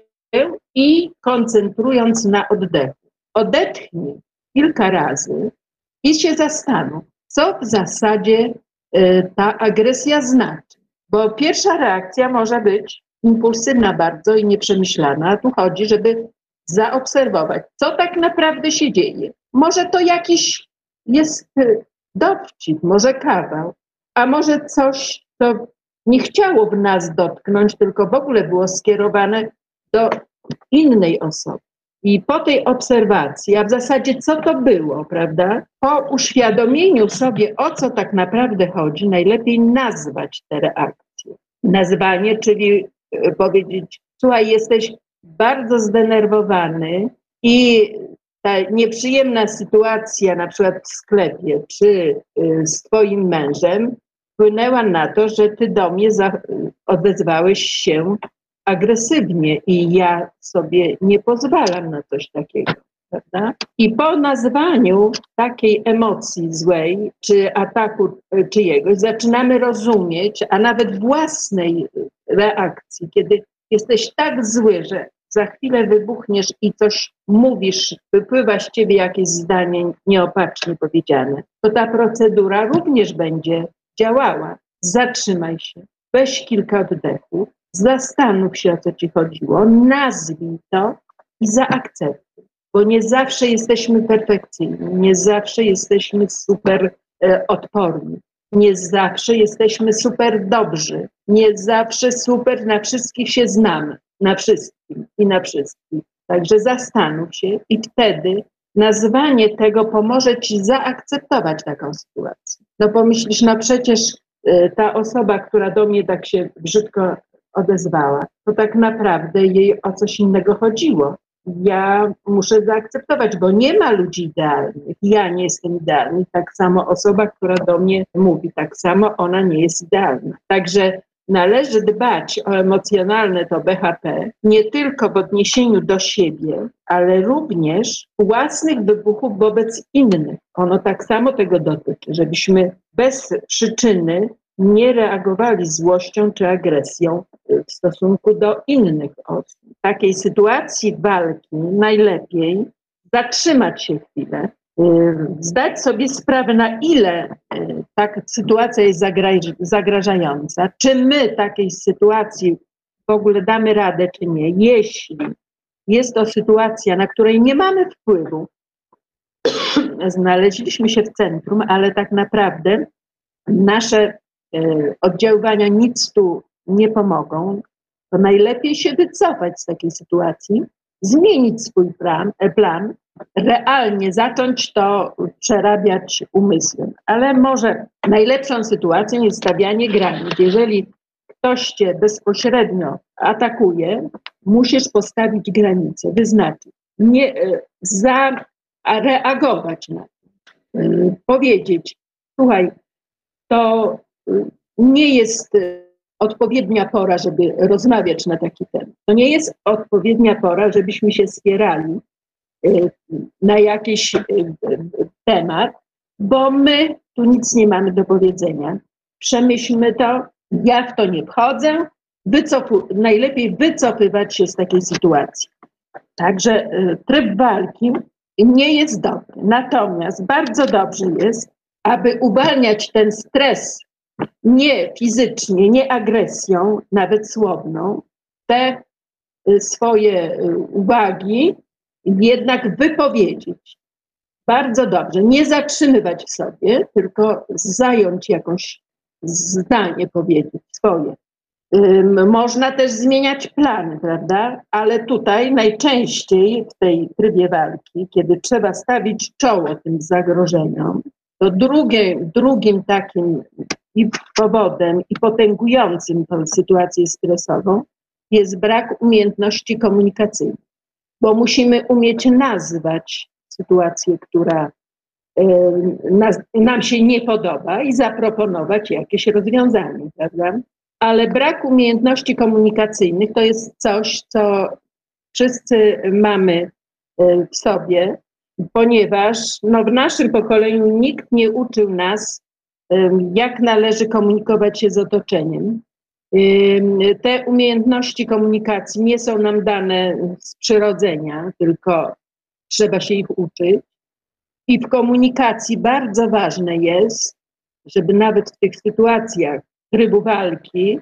i koncentrując na oddechu. Odetchnij kilka razy i się zastanów, co w zasadzie y, ta agresja znaczy. Bo pierwsza reakcja może być impulsywna bardzo i nieprzemyślana. Tu chodzi, żeby zaobserwować, co tak naprawdę się dzieje. Może to jakiś jest dowcip, może kawał, a może coś, co nie chciało w nas dotknąć, tylko w ogóle było skierowane do innej osoby. I po tej obserwacji, a w zasadzie co to było, prawda? Po uświadomieniu sobie, o co tak naprawdę chodzi, najlepiej nazwać te reakcje. Nazwanie, czyli powiedzieć, słuchaj, jesteś bardzo zdenerwowany i ta nieprzyjemna sytuacja, na przykład w sklepie, czy z twoim mężem, wpłynęła na to, że ty do mnie za- odezwałeś się agresywnie i ja sobie nie pozwalam na coś takiego, prawda? I po nazwaniu takiej emocji złej, czy ataku czyjegoś, zaczynamy rozumieć, a nawet własnej reakcji, kiedy jesteś tak zły, że za chwilę wybuchniesz i coś mówisz, wypływa z ciebie jakieś zdanie nieopatrznie powiedziane, to ta procedura również będzie działała. Zatrzymaj się, weź kilka oddechów, zastanów się, o co ci chodziło, nazwij to i zaakceptuj. Bo nie zawsze jesteśmy perfekcyjni, nie zawsze jesteśmy super e, odporni, nie zawsze jesteśmy super dobrzy, nie zawsze super na wszystkich się znamy, na wszystkim i na wszystkich. Także zastanów się i wtedy nazwanie tego pomoże ci zaakceptować taką sytuację. No pomyślisz, no przecież y, ta osoba, która do mnie tak się brzydko odezwała, to tak naprawdę jej o coś innego chodziło. Ja muszę zaakceptować, bo nie ma ludzi idealnych. Ja nie jestem idealny. Tak samo osoba, która do mnie mówi, tak samo ona nie jest idealna. Także należy dbać o emocjonalne to B H P nie tylko w odniesieniu do siebie, ale również własnych wybuchów wobec innych. Ono tak samo tego dotyczy, żebyśmy bez przyczyny nie reagowali złością czy agresją w stosunku do innych osób. W takiej sytuacji walki najlepiej zatrzymać się chwilę, zdać sobie sprawę, na ile taka sytuacja jest zagra- zagrażająca, czy my takiej sytuacji w ogóle damy radę, czy nie. Jeśli jest to sytuacja, na której nie mamy wpływu, znaleźliśmy się w centrum, ale tak naprawdę nasze oddziaływania nic tu nie pomogą, to najlepiej się wycofać z takiej sytuacji, zmienić swój plan, plan realnie zacząć to przerabiać umysłem. Ale może najlepszą sytuacją jest stawianie granic. Jeżeli ktoś cię bezpośrednio atakuje, musisz postawić granice, wyznaczyć, nie zareagować na to, powiedzieć, słuchaj, to nie jest odpowiednia pora, żeby rozmawiać na taki temat. To nie jest odpowiednia pora, żebyśmy się spierali na jakiś temat, bo my tu nic nie mamy do powiedzenia. Przemyślmy to, ja w to nie wchodzę, wycofu- najlepiej wycofywać się z takiej sytuacji. Także tryb walki nie jest dobry. Natomiast bardzo dobrze jest, aby uwalniać ten stres nie fizycznie, nie agresją, nawet słowną, te swoje uwagi jednak wypowiedzieć. Bardzo dobrze. Nie zatrzymywać w sobie, tylko zająć jakąś zdanie, powiedzieć swoje. Można też zmieniać plany, prawda? Ale tutaj najczęściej w tej trybie walki, kiedy trzeba stawić czoło tym zagrożeniom, to drugie, drugim takim i powodem i potęgującym tę sytuację stresową jest brak umiejętności komunikacyjnych, bo musimy umieć nazwać sytuację, która y, nas, nam się nie podoba i zaproponować jakieś rozwiązanie, prawda? Ale brak umiejętności komunikacyjnych to jest coś, co wszyscy mamy y, w sobie, ponieważ no, w naszym pokoleniu nikt nie uczył nas, jak należy komunikować się z otoczeniem. Te umiejętności komunikacji nie są nam dane z przyrodzenia, tylko trzeba się ich uczyć. I w komunikacji bardzo ważne jest, żeby nawet w tych sytuacjach trybu walki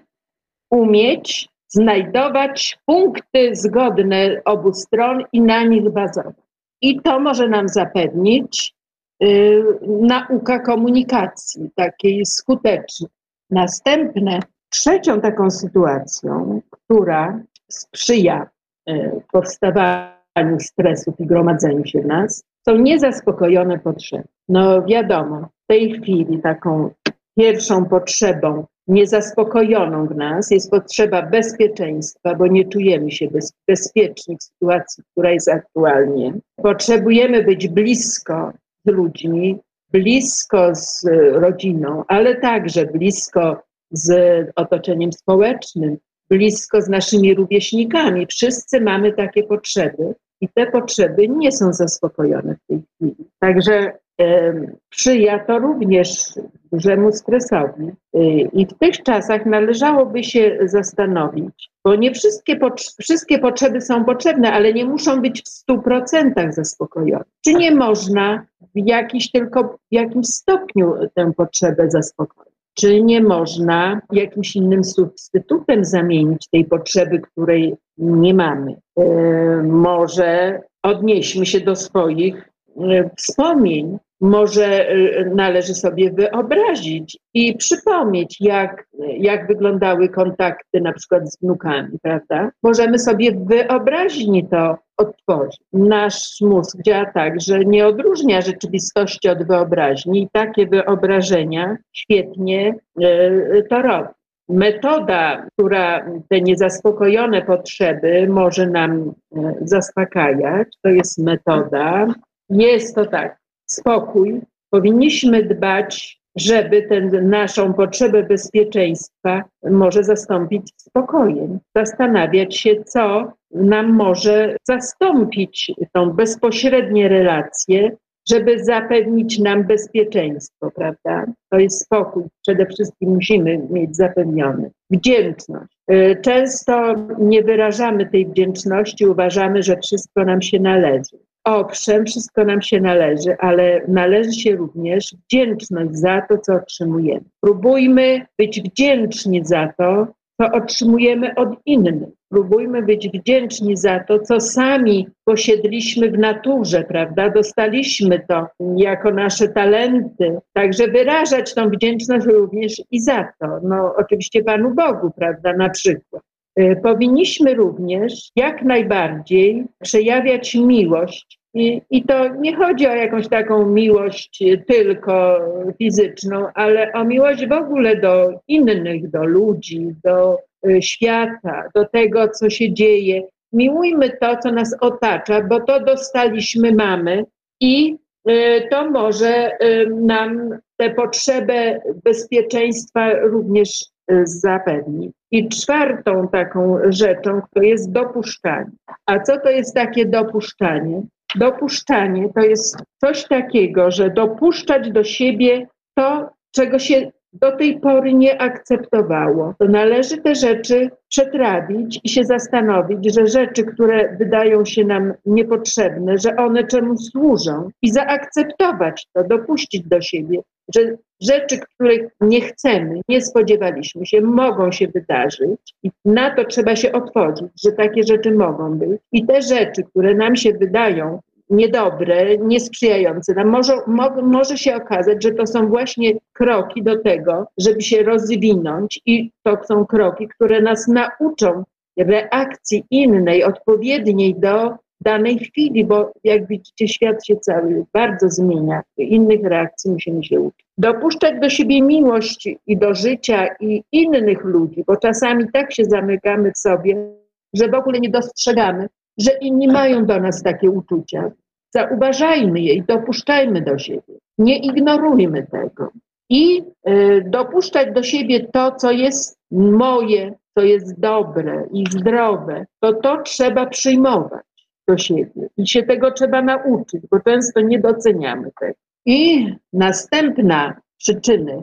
umieć znajdować punkty zgodne obu stron i na nich bazować. I to może nam zapewnić y, nauka komunikacji, takiej skutecznej. Następne, trzecią taką sytuacją, która sprzyja y, powstawaniu stresów i gromadzeniu się w nas, są niezaspokojone potrzeby. No wiadomo, w tej chwili taką pierwszą potrzebą niezaspokojoną w nas jest potrzeba bezpieczeństwa, bo nie czujemy się bez, bezpieczni w sytuacji, która jest aktualnie. Potrzebujemy być blisko z ludźmi, blisko z rodziną, ale także blisko z otoczeniem społecznym, blisko z naszymi rówieśnikami. Wszyscy mamy takie potrzeby i te potrzeby nie są zaspokojone w tej chwili. Także sprzyja to również dużemu stresowi. I w tych czasach należałoby się zastanowić, bo nie wszystkie, wszystkie potrzeby są potrzebne, ale nie muszą być w stu procentach zaspokojone. Czy nie można w jakiś tylko w jakimś stopniu tę potrzebę zaspokoić? Czy nie można jakimś innym substytutem zamienić tej potrzeby, której nie mamy? E, może odnieśmy się do swoich e, wspomnień. Może należy sobie wyobrazić i przypomnieć, jak, jak wyglądały kontakty na przykład z wnukami, prawda? Możemy sobie w wyobraźni to odtworzyć. Nasz mózg działa tak, że nie odróżnia rzeczywistości od wyobraźni i takie wyobrażenia świetnie y, to robi. Metoda, która te niezaspokojone potrzeby może nam y, zaspokajać, to jest metoda, jest to tak, spokój. Powinniśmy dbać żeby tę naszą potrzebę bezpieczeństwa może zastąpić spokojem. Zastanawiać się, co nam może zastąpić tą bezpośrednie relacje, żeby zapewnić nam bezpieczeństwo, prawda? To jest spokój. Przede wszystkim musimy mieć zapewniony. Wdzięczność. Często nie wyrażamy tej wdzięczności, uważamy, że wszystko nam się należy. Owszem, wszystko nam się należy, ale należy się również wdzięczność za to, co otrzymujemy. Próbujmy być wdzięczni za to, co otrzymujemy od innych. Próbujmy być wdzięczni za to, co sami posiedliśmy w naturze, prawda? Dostaliśmy to jako nasze talenty. Także wyrażać tą wdzięczność również i za to. No oczywiście Panu Bogu, prawda, na przykład. Powinniśmy również jak najbardziej przejawiać miłość. I, I to nie chodzi o jakąś taką miłość tylko fizyczną, ale o miłość w ogóle do innych, do ludzi, do y, świata, do tego, co się dzieje. Miłujmy to, co nas otacza, bo to dostaliśmy, mamy i y, to może y, nam tę potrzebę bezpieczeństwa również y, zapewni. I czwartą taką rzeczą to jest dopuszczanie. A co to jest takie dopuszczanie? Dopuszczanie to jest coś takiego, że dopuszczać do siebie to, czego się do tej pory nie akceptowało. To należy te rzeczy przetrawić i się zastanowić, że rzeczy, które wydają się nam niepotrzebne, że one czemu służą i zaakceptować to, dopuścić do siebie, że rzeczy, których nie chcemy, nie spodziewaliśmy się, mogą się wydarzyć i na to trzeba się otworzyć, że takie rzeczy mogą być. I te rzeczy, które nam się wydają niedobre, niesprzyjające nam, może, mo, może się okazać, że to są właśnie kroki do tego, żeby się rozwinąć i to są kroki, które nas nauczą reakcji innej, odpowiedniej do danej chwili, bo jak widzicie, świat się cały bardzo zmienia. Innych reakcji musimy się uczyć. Dopuszczać do siebie miłość i do życia i innych ludzi, bo czasami tak się zamykamy w sobie, że w ogóle nie dostrzegamy, że inni mają do nas takie uczucia. Zauważajmy je i dopuszczajmy do siebie. Nie ignorujmy tego. I y, dopuszczać do siebie to, co jest moje, co jest dobre i zdrowe, to to trzeba przyjmować do siebie. I się tego trzeba nauczyć, bo często nie doceniamy tego. I następna przyczyna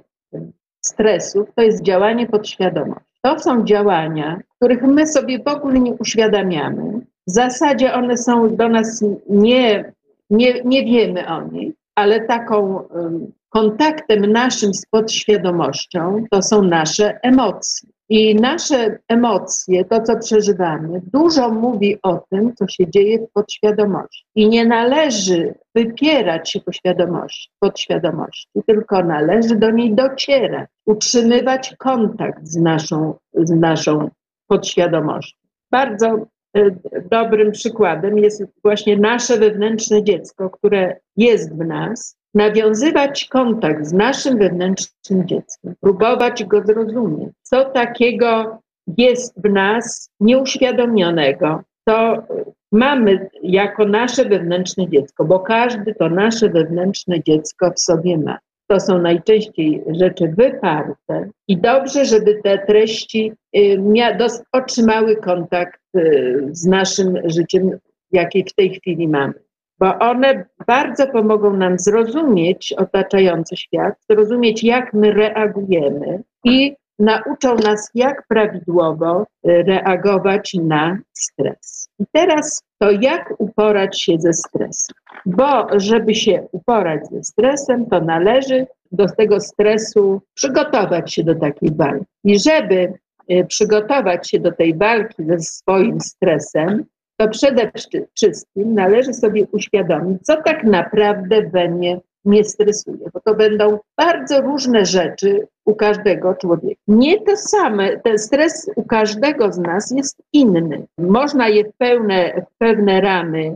stresów to jest działanie podświadomości. To są działania, których my sobie w ogóle nie uświadamiamy. W zasadzie one są do nas, nie, nie, nie wiemy o nich, ale taką um, kontaktem naszym z podświadomością to są nasze emocje. I nasze emocje, to co przeżywamy, dużo mówi o tym, co się dzieje w podświadomości. I nie należy wypierać się podświadomości, podświadomości, tylko należy do niej docierać, utrzymywać kontakt z naszą, z naszą podświadomością. Bardzo dobrym przykładem jest właśnie nasze wewnętrzne dziecko, które jest w nas, nawiązywać kontakt z naszym wewnętrznym dzieckiem, próbować go zrozumieć, co takiego jest w nas nieuświadomionego, to mamy jako nasze wewnętrzne dziecko, bo każdy to nasze wewnętrzne dziecko w sobie ma. To są najczęściej rzeczy wyparte i dobrze, żeby te treści y, mia- dos- otrzymały kontakt y, z naszym życiem, jaki w tej chwili mamy. Bo one bardzo pomogą nam zrozumieć otaczający świat, zrozumieć, jak my reagujemy i nauczą nas, jak prawidłowo reagować na stres. I teraz to jak uporać się ze stresem. Bo żeby się uporać ze stresem, to należy do tego stresu przygotować się do takiej walki. I żeby przygotować się do tej walki ze swoim stresem, to przede wszystkim należy sobie uświadomić, co tak naprawdę we mnie mnie stresuje, bo to będą bardzo różne rzeczy u każdego człowieka. Nie to same, ten stres u każdego z nas jest inny. Można je w pełne, w pewne ramy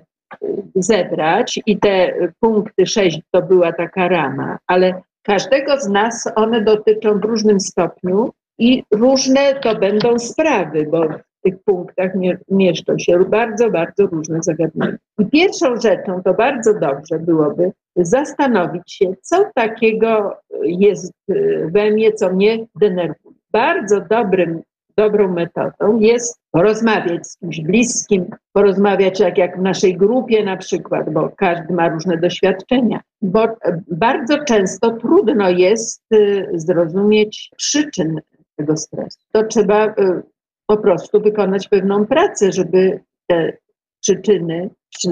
zebrać i te punkty sześć to była taka rama, ale każdego z nas one dotyczą w różnym stopniu i różne to będą sprawy, bo w tych punktach mieszczą się bardzo, bardzo różne zagadnienia. I pierwszą rzeczą to bardzo dobrze byłoby zastanowić się, co takiego jest we mnie, co mnie denerwuje. Bardzo dobrym, dobrą metodą jest porozmawiać z kimś bliskim, porozmawiać tak jak w naszej grupie na przykład, bo każdy ma różne doświadczenia. Bo bardzo często trudno jest zrozumieć przyczyn tego stresu. To trzeba po prostu wykonać pewną pracę, żeby te przyczyny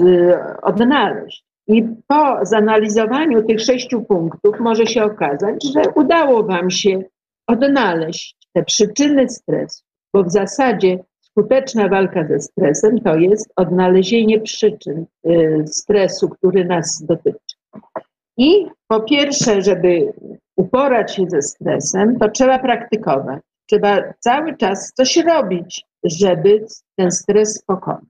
odnaleźć. I po zanalizowaniu tych sześciu punktów może się okazać, że udało wam się odnaleźć te przyczyny stresu, bo w zasadzie skuteczna walka ze stresem to jest odnalezienie przyczyn stresu, który nas dotyczy. I po pierwsze, żeby uporać się ze stresem, to trzeba praktykować. Trzeba cały czas coś robić, żeby ten stres pokonać.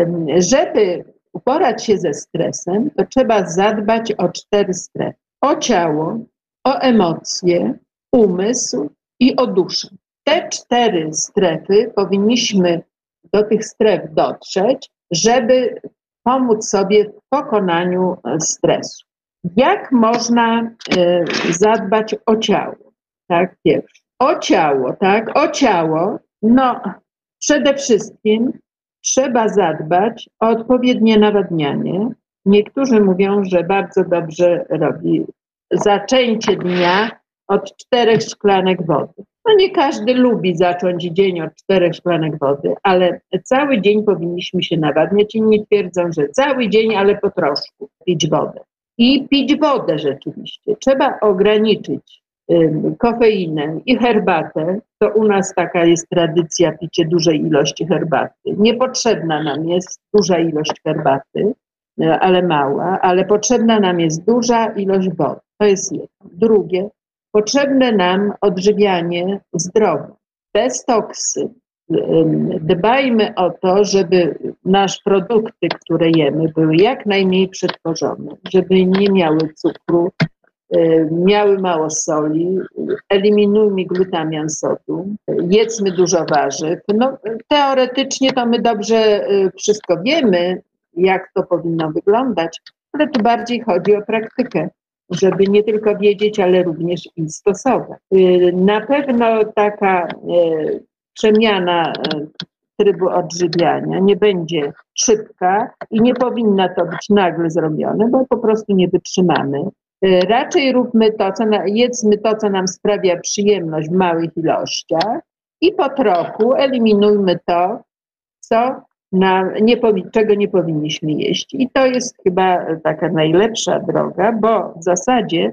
Żeby uporać się ze stresem, to trzeba zadbać o cztery strefy. O ciało, o emocje, umysł i o duszę. Te cztery strefy powinniśmy do tych stref dotrzeć, żeby pomóc sobie w pokonaniu stresu. Jak można y, zadbać o ciało? Tak, pierwsze. O ciało, tak, o ciało, no przede wszystkim trzeba zadbać o odpowiednie nawadnianie. Niektórzy mówią, że bardzo dobrze robi zaczęcie dnia od czterech szklanek wody. No nie każdy lubi zacząć dzień od czterech szklanek wody, ale cały dzień powinniśmy się nawadniać. Inni twierdzą, że cały dzień, ale po troszku pić wodę. I pić wodę rzeczywiście. Trzeba ograniczyć um, kofeinę i herbatę. To u nas taka jest tradycja picie dużej ilości herbaty. Niepotrzebna nam jest duża ilość herbaty, ale mała, ale potrzebna nam jest duża ilość wody. To jest jedno. Drugie, potrzebne nam odżywianie zdrowe, bez toksyn. Dbajmy o to, żeby nasze produkty, które jemy, były jak najmniej przetworzone, żeby nie miały cukru, miały mało soli, eliminujmy glutamian sodu, jedzmy dużo warzyw. No, teoretycznie to my dobrze wszystko wiemy, jak to powinno wyglądać, ale tu bardziej chodzi o praktykę, żeby nie tylko wiedzieć, ale również i stosować. Na pewno taka przemiana trybu odżywiania nie będzie szybka i nie powinna to być nagle zrobione, bo po prostu nie wytrzymamy. Raczej róbmy to, co na, jedzmy to, co nam sprawia przyjemność w małych ilościach i po trochu eliminujmy to, co na, nie powi- czego nie powinniśmy jeść. I to jest chyba taka najlepsza droga, bo w zasadzie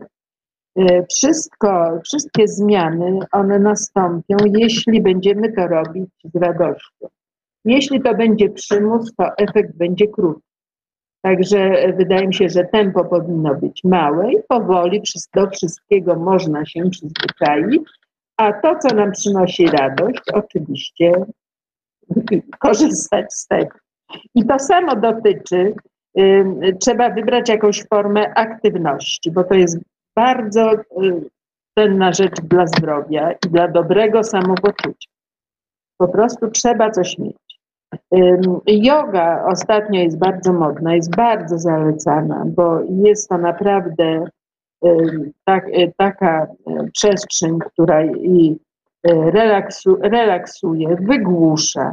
Wszystko, wszystkie zmiany, one nastąpią, jeśli będziemy to robić z radością. Jeśli to będzie przymus, to efekt będzie krótki. Także wydaje mi się, że tempo powinno być małe i powoli do wszystkiego można się przyzwyczaić, a to, co nam przynosi radość, oczywiście korzystać z tego. I to samo dotyczy, y, trzeba wybrać jakąś formę aktywności, bo to jest bardzo cenna rzecz dla zdrowia i dla dobrego samopoczucia. Po prostu trzeba coś mieć. Yoga ostatnio jest bardzo modna, jest bardzo zalecana, bo jest to naprawdę tak, taka przestrzeń, która i relaksu, relaksuje, wygłusza,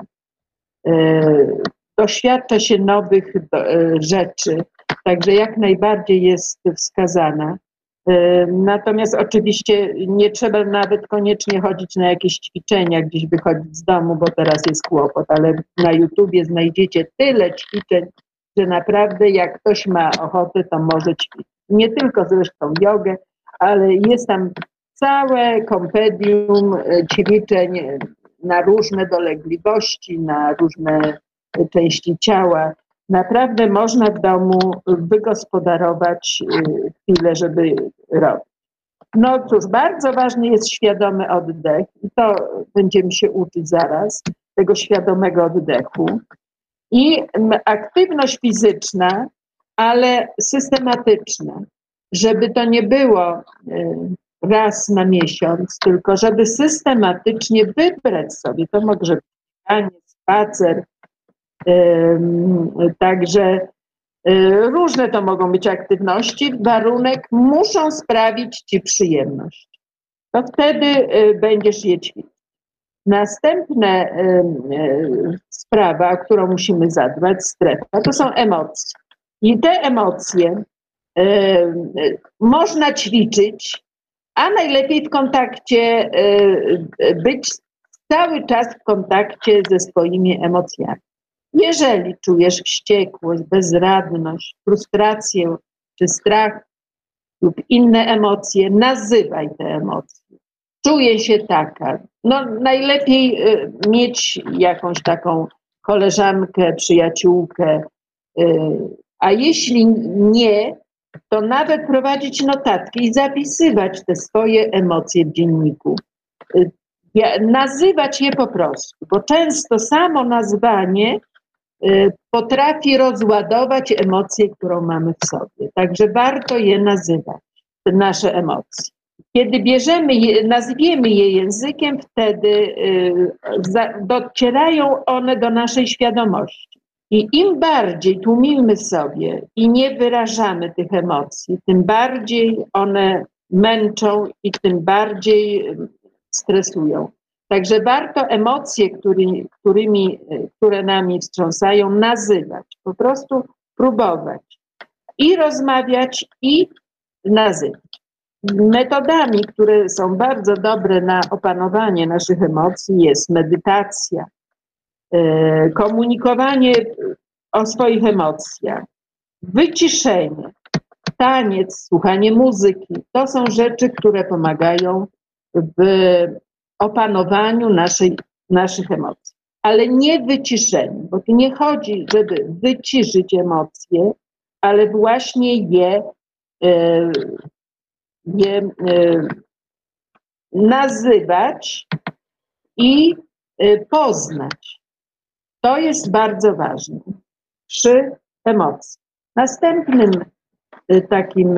doświadcza się nowych rzeczy, także jak najbardziej jest wskazana. Natomiast oczywiście nie trzeba nawet koniecznie chodzić na jakieś ćwiczenia, gdzieś wychodzić z domu, bo teraz jest kłopot, ale na YouTubie znajdziecie tyle ćwiczeń, że naprawdę jak ktoś ma ochotę, to może ćwiczyć. Nie tylko zresztą jogę, ale jest tam całe kompendium ćwiczeń na różne dolegliwości, na różne części ciała. Naprawdę można w domu wygospodarować chwilę, żeby robić. No cóż, bardzo ważny jest świadomy oddech i to będziemy się uczyć zaraz, tego świadomego oddechu. I aktywność fizyczna, ale systematyczna, żeby to nie było raz na miesiąc, tylko żeby systematycznie wybrać sobie, to może bieganie, spacer, Także Różne to mogą być aktywności, warunek muszą sprawić ci przyjemność. To wtedy będziesz je ćwiczyć. Następna sprawa, o którą musimy zadbać, strefa, to są emocje. I te emocje można ćwiczyć, a najlepiej w kontakcie, być cały czas w kontakcie ze swoimi emocjami. Jeżeli czujesz wściekłość, bezradność, frustrację czy strach lub inne emocje, nazywaj te emocje. Czuję się taka. No, najlepiej mieć jakąś taką koleżankę, przyjaciółkę, a jeśli nie, to nawet prowadzić notatki i zapisywać te swoje emocje w dzienniku. Nazywać je po prostu, bo często samo nazwanie potrafi rozładować emocje, którą mamy w sobie. Także warto je nazywać, te nasze emocje. Kiedy bierzemy je, nazwiemy je językiem, wtedy docierają one do naszej świadomości. I im bardziej tłumimy sobie i nie wyrażamy tych emocji, tym bardziej one męczą i tym bardziej stresują. Także warto emocje, którymi, którymi, które nami wstrząsają, nazywać. Po prostu próbować i rozmawiać, i nazywać. Metodami, które są bardzo dobre na opanowanie naszych emocji, jest medytacja, komunikowanie o swoich emocjach, wyciszenie, taniec, słuchanie muzyki. To są rzeczy, które pomagają w opanowaniu naszej, naszych emocji. Ale nie wyciszeniu, bo tu nie chodzi, żeby wyciszyć emocje, ale właśnie je, je nazywać i poznać. To jest bardzo ważne przy emocji. Następnym takim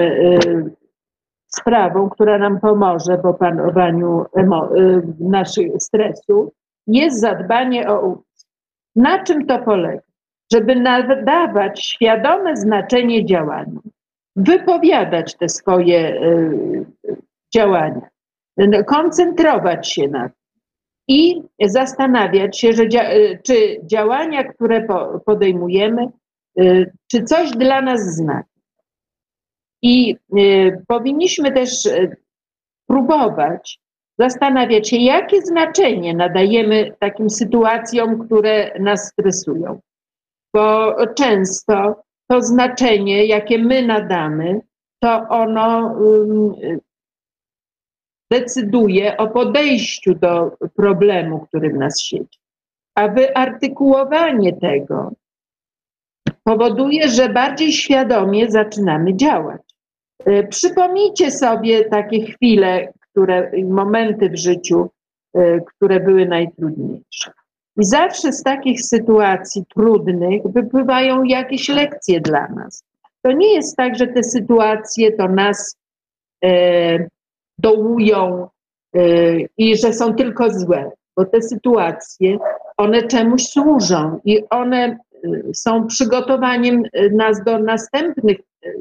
sprawą, która nam pomoże w opanowaniu naszego stresu, jest zadbanie o umysł. Na czym to polega? Żeby nadawać świadome znaczenie działaniu, wypowiadać te swoje działania, koncentrować się na tym i zastanawiać się, że dzia- czy działania, które po- podejmujemy, czy coś dla nas znaczy. I y, powinniśmy też y, próbować zastanawiać się, jakie znaczenie nadajemy takim sytuacjom, które nas stresują. Bo często to znaczenie, jakie my nadamy, to ono y, decyduje o podejściu do problemu, który w nas siedzi. A wyartykułowanie tego powoduje, że bardziej świadomie zaczynamy działać. Przypomnijcie sobie takie chwile, które, momenty w życiu, które były najtrudniejsze. I zawsze z takich sytuacji trudnych wypływają jakieś lekcje dla nas. To nie jest tak, że te sytuacje to nas e, dołują e, i że są tylko złe, bo te sytuacje, one czemuś służą i one są przygotowaniem nas do następnych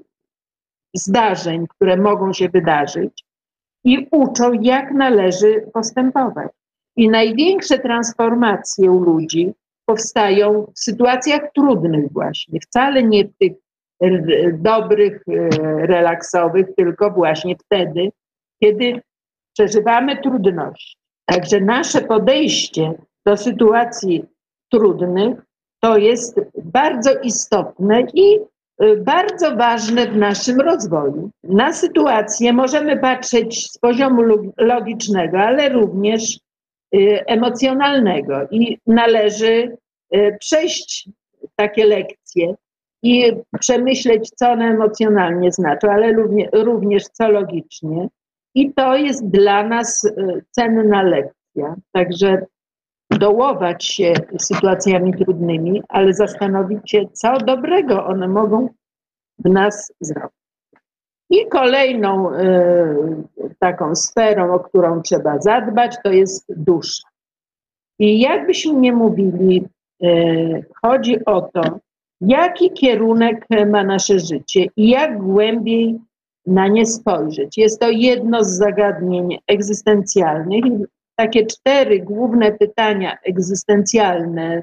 zdarzeń, które mogą się wydarzyć i uczą, jak należy postępować. I największe transformacje u ludzi powstają w sytuacjach trudnych właśnie, wcale nie w tych dobrych, relaksowych, tylko właśnie wtedy, kiedy przeżywamy trudności. Także nasze podejście do sytuacji trudnych to jest bardzo istotne i bardzo ważne w naszym rozwoju. Na sytuację możemy patrzeć z poziomu logicznego, ale również emocjonalnego i należy przejść takie lekcje i przemyśleć, co one emocjonalnie znaczą, ale również co logicznie. I to jest dla nas cenna lekcja. Także dołować się sytuacjami trudnymi, ale zastanowić się, co dobrego one mogą w nas zrobić. I kolejną y, taką sferą, o którą trzeba zadbać, to jest dusza. I jakbyśmy nie mówili, y, chodzi o to, jaki kierunek ma nasze życie i jak głębiej na nie spojrzeć. Jest to jedno z zagadnień egzystencjalnych. Takie cztery główne pytania egzystencjalne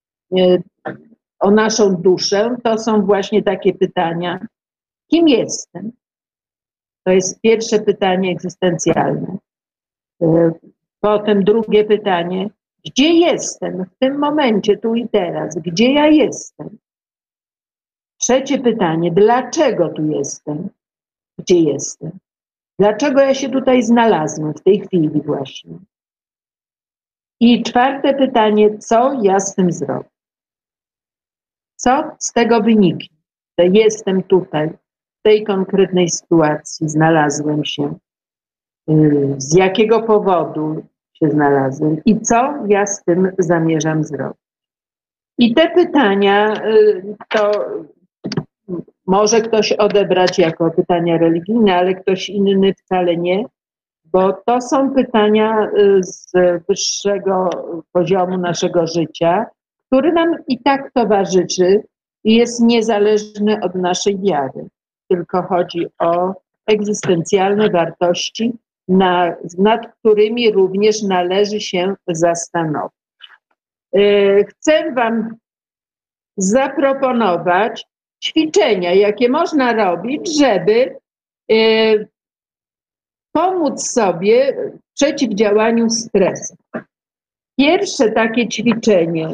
o naszą duszę to są właśnie takie pytania: kim jestem? To jest pierwsze pytanie egzystencjalne. Potem drugie pytanie: gdzie jestem w tym momencie, tu i teraz? Gdzie ja jestem? Trzecie pytanie: dlaczego tu jestem? Gdzie jestem? Dlaczego ja się tutaj znalazłem w tej chwili właśnie? I czwarte pytanie: co ja z tym zrobię? Co z tego wyniknie, że jestem tutaj, w tej konkretnej sytuacji, znalazłem się, z jakiego powodu się znalazłem i co ja z tym zamierzam zrobić. I te pytania to może ktoś odebrać jako pytania religijne, ale ktoś inny wcale nie, bo to są pytania z wyższego poziomu naszego życia, który nam i tak towarzyszy i jest niezależny od naszej wiary. Tylko chodzi o egzystencjalne wartości, na, nad którymi również należy się zastanowić. Chcę Wam zaproponować ćwiczenia, jakie można robić, żeby pomóc sobie w przeciwdziałaniu stresu. Pierwsze takie ćwiczenie,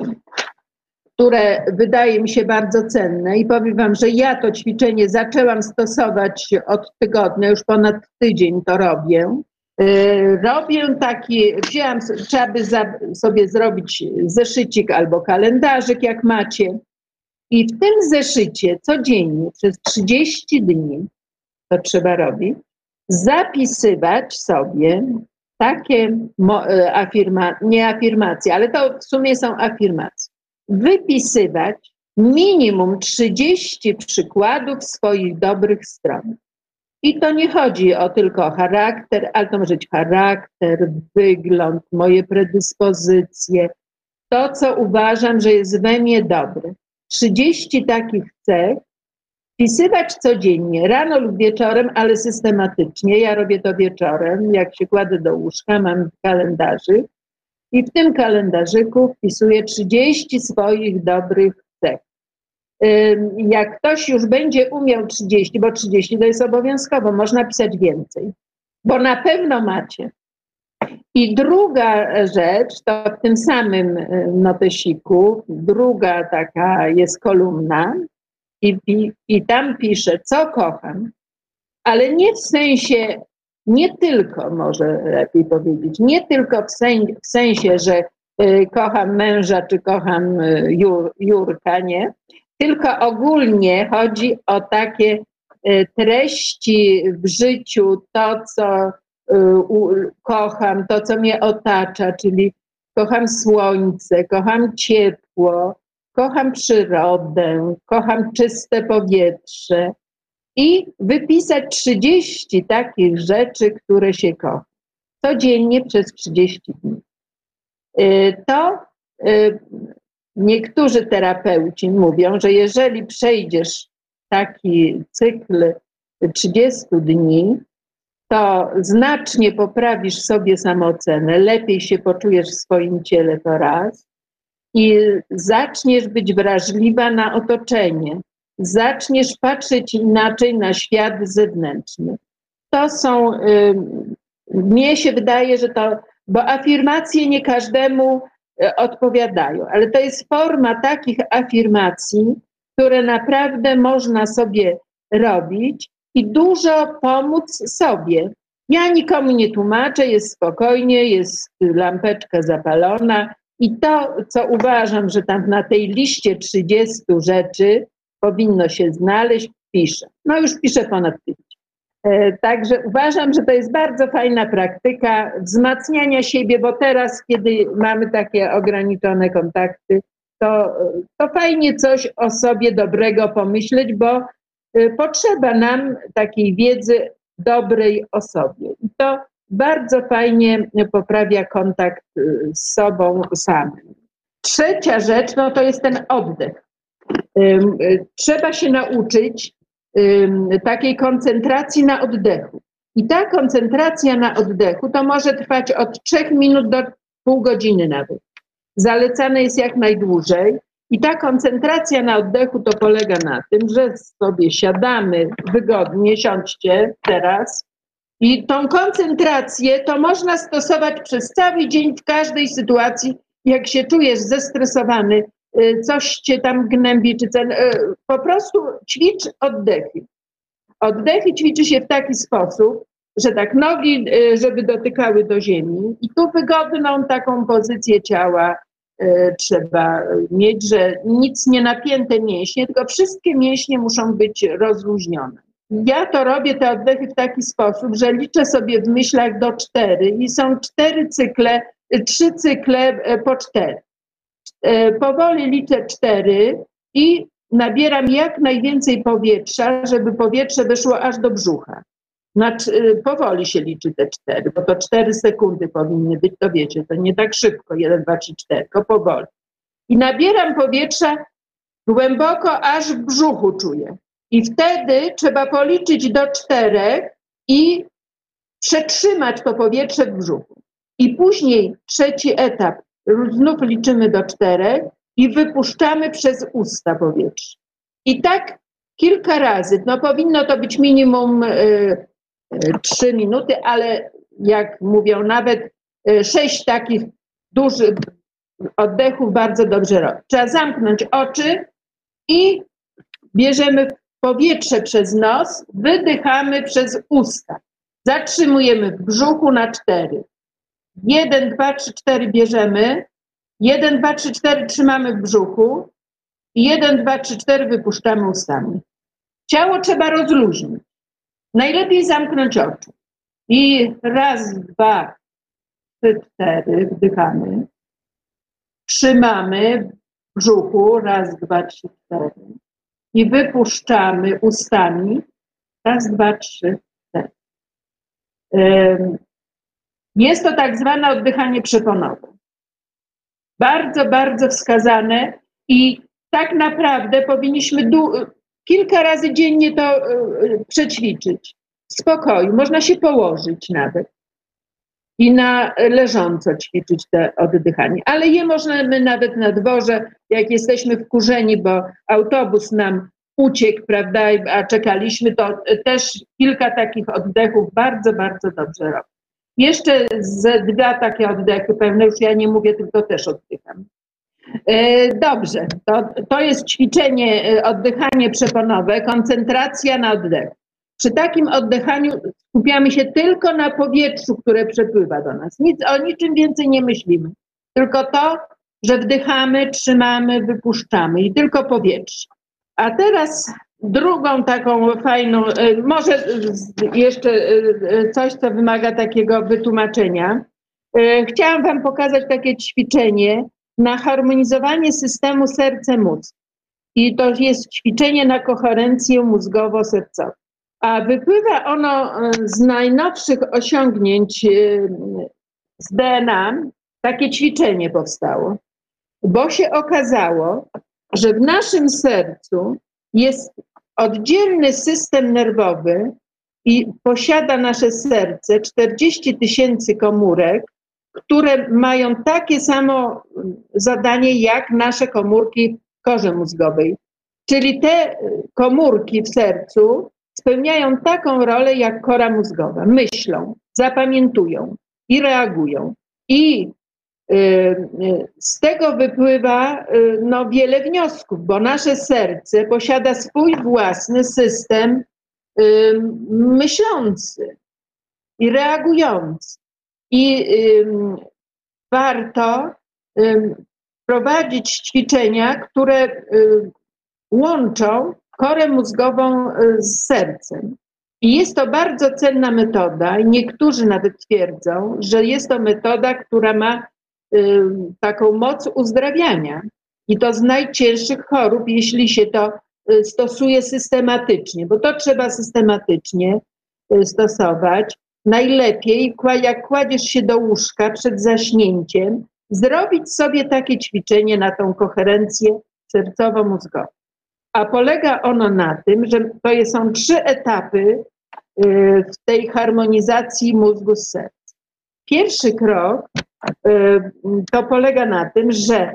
które wydaje mi się bardzo cenne i powiem Wam, że ja to ćwiczenie zaczęłam stosować od tygodnia, już ponad tydzień to robię. Robię taki, wzięłam, trzeba by za, sobie zrobić zeszycik albo kalendarzyk, jak macie. I w tym zeszycie codziennie przez trzydzieści dni, to trzeba robić, zapisywać sobie takie afirma, nie afirmacje, ale to w sumie są afirmacje. Wypisywać minimum trzydzieści przykładów swoich dobrych stron. I to nie chodzi o tylko o charakter, ale to może być charakter, wygląd, moje predyspozycje, to, co uważam, że jest we mnie dobre. trzydzieści takich cech wpisywać codziennie, rano lub wieczorem, ale systematycznie. Ja robię to wieczorem, jak się kładę do łóżka, mam kalendarzyk i w tym kalendarzyku wpisuję trzydzieści swoich dobrych cech. Jak ktoś już będzie umiał trzydzieści, bo trzydzieści to jest obowiązkowo, można pisać więcej, bo na pewno macie. I druga rzecz, to w tym samym notesiku, druga taka jest kolumna i, i, i tam piszę, co kocham, ale nie w sensie, nie tylko, może lepiej powiedzieć, nie tylko w, sen, w sensie, że y, kocham męża, czy kocham y, Jur, Jurka, nie, tylko ogólnie chodzi o takie y, treści w życiu, to co kocham, to co mnie otacza, czyli kocham słońce, kocham ciepło, kocham przyrodę, kocham czyste powietrze i wypisać trzydzieści takich rzeczy, które się kocha. Codziennie przez trzydzieści dni. To niektórzy terapeuci mówią, że jeżeli przejdziesz taki cykl trzydziestu dni, to znacznie poprawisz sobie samoocenę, lepiej się poczujesz w swoim ciele, to raz, i zaczniesz być wrażliwa na otoczenie, zaczniesz patrzeć inaczej na świat zewnętrzny. To są, y, mnie się wydaje, że to, bo afirmacje nie każdemu y, odpowiadają, ale to jest forma takich afirmacji, które naprawdę można sobie robić i dużo pomóc sobie. Ja nikomu nie tłumaczę, jest spokojnie, jest lampeczka zapalona i to, co uważam, że tam na tej liście trzydziestu rzeczy powinno się znaleźć, piszę. No już piszę ponad tydzień. E, także uważam, że to jest bardzo fajna praktyka wzmacniania siebie, bo teraz, kiedy mamy takie ograniczone kontakty, to, to fajnie coś o sobie dobrego pomyśleć, bo potrzeba nam takiej wiedzy dobrej o sobie. I to bardzo fajnie poprawia kontakt z sobą samym. Trzecia rzecz, no to jest ten oddech. Trzeba się nauczyć takiej koncentracji na oddechu. I ta koncentracja na oddechu to może trwać od trzech minut do pół godziny nawet. Zalecane jest jak najdłużej. I ta koncentracja na oddechu to polega na tym, że sobie siadamy wygodnie, siądźcie teraz. I tą koncentrację to można stosować przez cały dzień w każdej sytuacji. Jak się czujesz zestresowany, coś cię tam gnębi, czy ten, po prostu ćwicz oddechy. Oddechy ćwiczy się w taki sposób, że tak nogi, żeby dotykały do ziemi i tu wygodną taką pozycję ciała trzeba mieć, że nic nie napięte mięśnie, tylko wszystkie mięśnie muszą być rozluźnione. Ja to robię, te oddechy w taki sposób, że liczę sobie w myślach do cztery i są cztery cykle, trzy cykle po cztery. Powoli liczę cztery i nabieram jak najwięcej powietrza, żeby powietrze wyszło aż do brzucha. Znaczy, powoli się liczy te cztery, bo to cztery sekundy powinny być, to wiecie, to nie tak szybko, jeden, dwa, trzy, cztery, tylko powoli. I nabieram powietrza głęboko, aż w brzuchu czuję. I wtedy trzeba policzyć do czterech i przetrzymać to powietrze w brzuchu. I później trzeci etap, znów liczymy do czterech i wypuszczamy przez usta powietrze. I tak kilka razy, no powinno to być minimum y, trzy minuty, ale jak mówią, nawet sześć takich dużych oddechów bardzo dobrze robi. Trzeba zamknąć oczy i bierzemy powietrze przez nos, wydychamy przez usta. Zatrzymujemy w brzuchu na cztery. Jeden, dwa, trzy, cztery bierzemy. Jeden, dwa, trzy, cztery trzymamy w brzuchu. I jeden, dwa, trzy, cztery wypuszczamy ustami. Ciało trzeba rozluźnić. Najlepiej zamknąć oczy. I raz, dwa, trzy, cztery, wdychamy. Trzymamy w brzuchu. Raz, dwa, trzy, cztery. I wypuszczamy ustami. Raz, dwa, trzy, cztery. Jest to tak zwane oddychanie przeponowe. Bardzo, bardzo wskazane i tak naprawdę powinniśmy kilka razy dziennie to y, przećwiczyć. W spokoju. Można się położyć nawet i na leżąco ćwiczyć to oddychanie. Ale je możemy nawet na dworze, jak jesteśmy wkurzeni, bo autobus nam uciekł, prawda, a czekaliśmy, to też kilka takich oddechów bardzo, bardzo dobrze robi. Jeszcze z dwa takie oddechy pewne, już ja nie mówię, tylko też oddycham. Dobrze, to, to jest ćwiczenie, oddychanie przeponowe, koncentracja na oddechu. Przy takim oddychaniu skupiamy się tylko na powietrzu, które przepływa do nas. Nic, o niczym więcej nie myślimy. Tylko to, że wdychamy, trzymamy, wypuszczamy i tylko powietrze. A teraz drugą taką fajną, może jeszcze coś, co wymaga takiego wytłumaczenia. Chciałam wam pokazać takie ćwiczenie na harmonizowanie systemu serce-mózg. I to jest ćwiczenie na koherencję mózgowo-sercową. A wypływa ono z najnowszych osiągnięć z D N A. Takie ćwiczenie powstało, bo się okazało, że w naszym sercu jest oddzielny system nerwowy i posiada nasze serce czterdzieści tysięcy komórek, które mają takie samo zadanie jak nasze komórki w korze mózgowej. Czyli te komórki w sercu spełniają taką rolę jak kora mózgowa. Myślą, zapamiętują i reagują. I y, y, z tego wypływa y, no, wiele wniosków, bo nasze serce posiada swój własny system y, myślący i reagujący. I y, warto y, prowadzić ćwiczenia, które y, łączą korę mózgową z sercem. I jest to bardzo cenna metoda i niektórzy nawet twierdzą, że jest to metoda, która ma y, taką moc uzdrawiania. I to z najcięższych chorób, jeśli się to y, stosuje systematycznie, bo to trzeba systematycznie y, stosować. Najlepiej, jak kładziesz się do łóżka przed zaśnięciem, zrobić sobie takie ćwiczenie na tą koherencję sercowo-mózgową. A polega ono na tym, że to są trzy etapy w tej harmonizacji mózgu z sercem. Pierwszy krok to polega na tym, że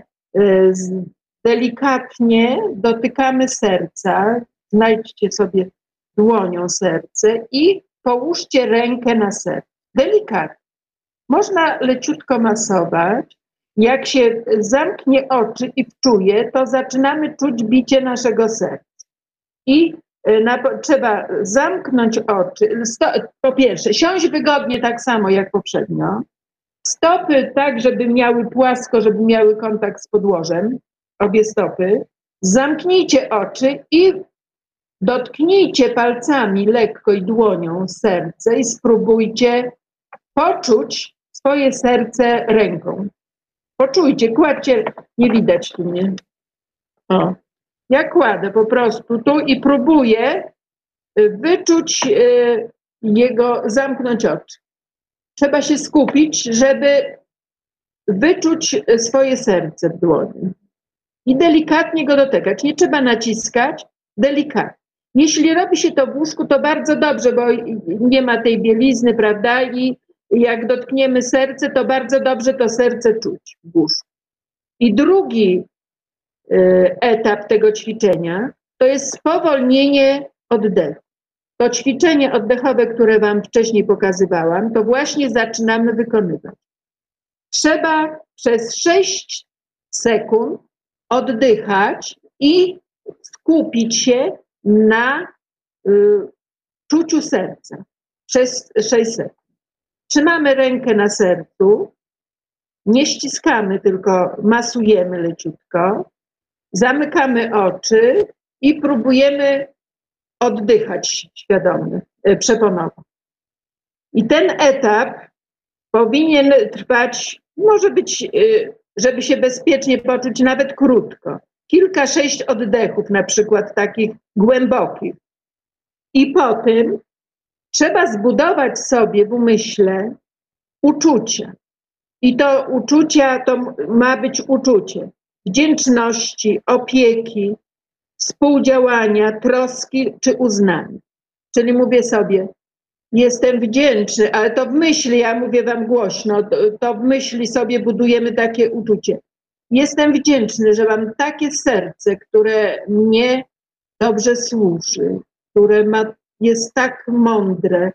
delikatnie dotykamy serca, znajdźcie sobie dłonią serce i połóżcie rękę na serce. Delikatnie. Można leciutko masować. Jak się zamknie oczy i wczuje, to zaczynamy czuć bicie naszego serca. I na, trzeba zamknąć oczy. Sto, po pierwsze, siąść wygodnie tak samo jak poprzednio. Stopy tak, żeby miały płasko, żeby miały kontakt z podłożem. Obie stopy. Zamknijcie oczy i dotknijcie palcami lekko i dłonią serce i spróbujcie poczuć swoje serce ręką. Poczujcie, kładźcie, nie widać tu mnie. O. Ja kładę po prostu tu i próbuję wyczuć y, jego, zamknąć oczy. Trzeba się skupić, żeby wyczuć swoje serce w dłoni. I delikatnie go dotykać. Nie trzeba naciskać, delikatnie. Jeśli robi się to w łóżku, to bardzo dobrze, bo nie ma tej bielizny, prawda? I jak dotkniemy serce, to bardzo dobrze to serce czuć w łóżku. I drugi y, etap tego ćwiczenia to jest spowolnienie oddechu. To ćwiczenie oddechowe, które wam wcześniej pokazywałam, to właśnie zaczynamy wykonywać. Trzeba przez sześć sekund oddychać i skupić się na y, czuciu serca przez sześć sekund. Trzymamy rękę na sercu, nie ściskamy, tylko masujemy leciutko, zamykamy oczy i próbujemy oddychać świadomie, przeponowo. I ten etap powinien trwać, może być, żeby się bezpiecznie poczuć, nawet krótko. Kilka, sześć oddechów, na przykład takich głębokich. I po tym trzeba zbudować sobie w umyśle uczucia. I to uczucia, to ma być uczucie wdzięczności, opieki, współdziałania, troski czy uznania. Czyli mówię sobie, jestem wdzięczny, ale to w myśli, ja mówię wam głośno, to, to w myśli sobie budujemy takie uczucie. Jestem wdzięczny, że mam takie serce, które mnie dobrze służy, które ma, jest tak mądre.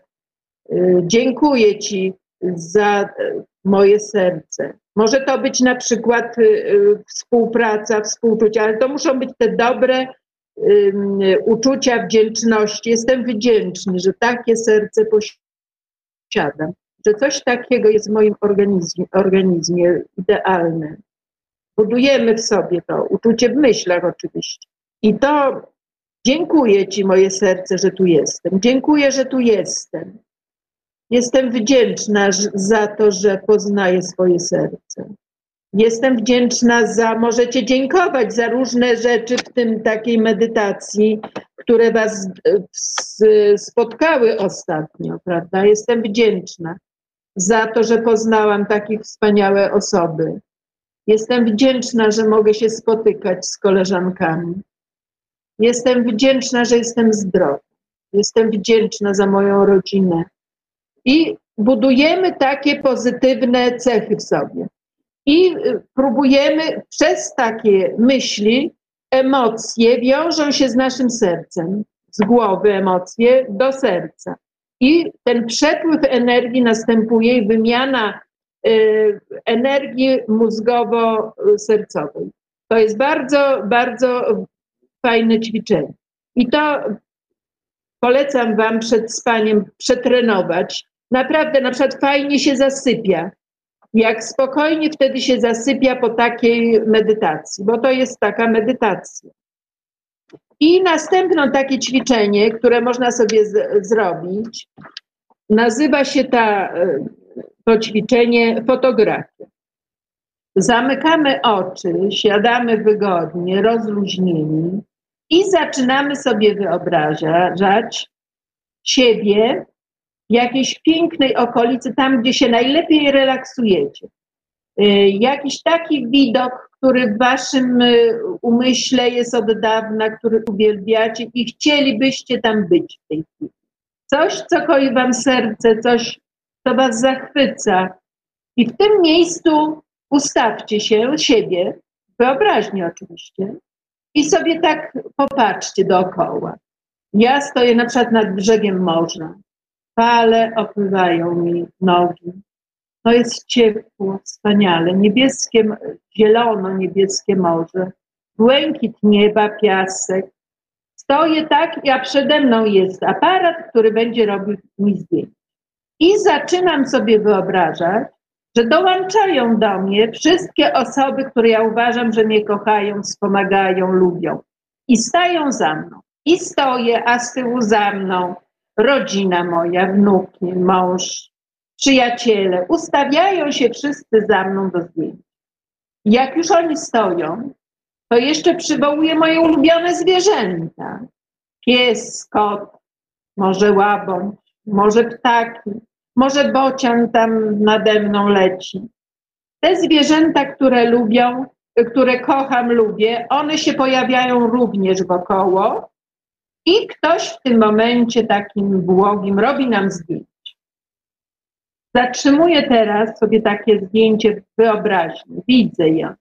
Dziękuję ci za moje serce. Może to być na przykład współpraca, współczucie, ale to muszą być te dobre um, uczucia wdzięczności. Jestem wdzięczny, że takie serce posiadam, że coś takiego jest w moim organizmie, organizmie idealne. Budujemy w sobie to, uczucie w myślach oczywiście. I to dziękuję ci, moje serce, że tu jestem. Dziękuję, że tu jestem. Jestem wdzięczna za to, że poznaję swoje serce. Jestem wdzięczna za, możecie dziękować za różne rzeczy w tym takiej medytacji, które was spotkały ostatnio, prawda? Jestem wdzięczna za to, że poznałam takie wspaniałe osoby. Jestem wdzięczna, że mogę się spotykać z koleżankami. Jestem wdzięczna, że jestem zdrowa. Jestem wdzięczna za moją rodzinę. I budujemy takie pozytywne cechy w sobie. I próbujemy przez takie myśli, emocje wiążą się z naszym sercem, z głowy emocje do serca. I ten przepływ energii następuje i wymiana y, energii mózgowo-sercowej. To jest bardzo, bardzo fajne ćwiczenie. I to polecam wam przed spaniem przetrenować. Naprawdę, na przykład fajnie się zasypia. Jak spokojnie wtedy się zasypia po takiej medytacji, bo to jest taka medytacja. I następne takie ćwiczenie, które można sobie z, zrobić, nazywa się ta, to ćwiczenie fotografia. Zamykamy oczy, siadamy wygodnie, rozluźnieni i zaczynamy sobie wyobrażać siebie w jakiejś pięknej okolicy, tam gdzie się najlepiej relaksujecie. Jakiś taki widok, który w waszym umyśle jest od dawna, który uwielbiacie i chcielibyście tam być w tej chwili. Coś, co koi wam serce, coś, co was zachwyca. I w tym miejscu ustawcie się, siebie, wyobraźnię oczywiście, i sobie tak popatrzcie dookoła. Ja stoję na przykład nad brzegiem morza. Fale opływają mi nogi. No jest ciepło, wspaniale, niebieskie, zielono-niebieskie morze, błękit nieba, piasek. Stoję tak, a przede mną jest aparat, który będzie robił mi zdjęcie. I zaczynam sobie wyobrażać, że dołączają do mnie wszystkie osoby, które ja uważam, że mnie kochają, wspomagają, lubią. I stają za mną. I stoję, a z tyłu za mną rodzina moja, wnuki, mąż, przyjaciele. Ustawiają się wszyscy za mną do zdjęcia. Jak już oni stoją, to jeszcze przywołuję moje ulubione zwierzęta. Pies, kot, może łabądź, może ptaki, może bocian tam nade mną leci. Te zwierzęta, które lubią, które kocham, lubię, one się pojawiają również wokoło i ktoś w tym momencie takim błogim robi nam zdjęcie. Zatrzymuję teraz sobie takie zdjęcie w wyobraźni. Widzę je.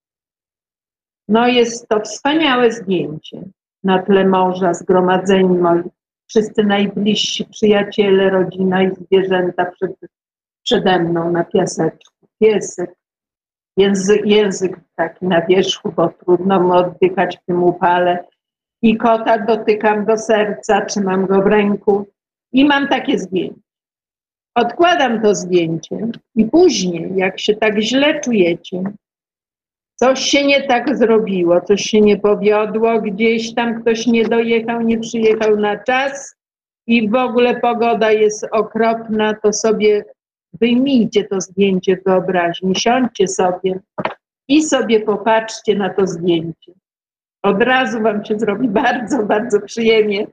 No jest to wspaniałe zdjęcie. Na tle morza, zgromadzeni moi, wszyscy najbliżsi przyjaciele, rodzina i zwierzęta przed, przede mną na piaseczku. Piesek, język, język taki na wierzchu, bo trudno mu oddychać w tym upale. I kota dotykam do serca, trzymam go w ręku i mam takie zdjęcie. Odkładam to zdjęcie i później, jak się tak źle czujecie, coś się nie tak zrobiło, coś się nie powiodło, gdzieś tam ktoś nie dojechał, nie przyjechał na czas i w ogóle pogoda jest okropna, to sobie wyjmijcie to zdjęcie w wyobraźni, siądźcie sobie i sobie popatrzcie na to zdjęcie. Od razu wam się zrobi bardzo, bardzo przyjemnie.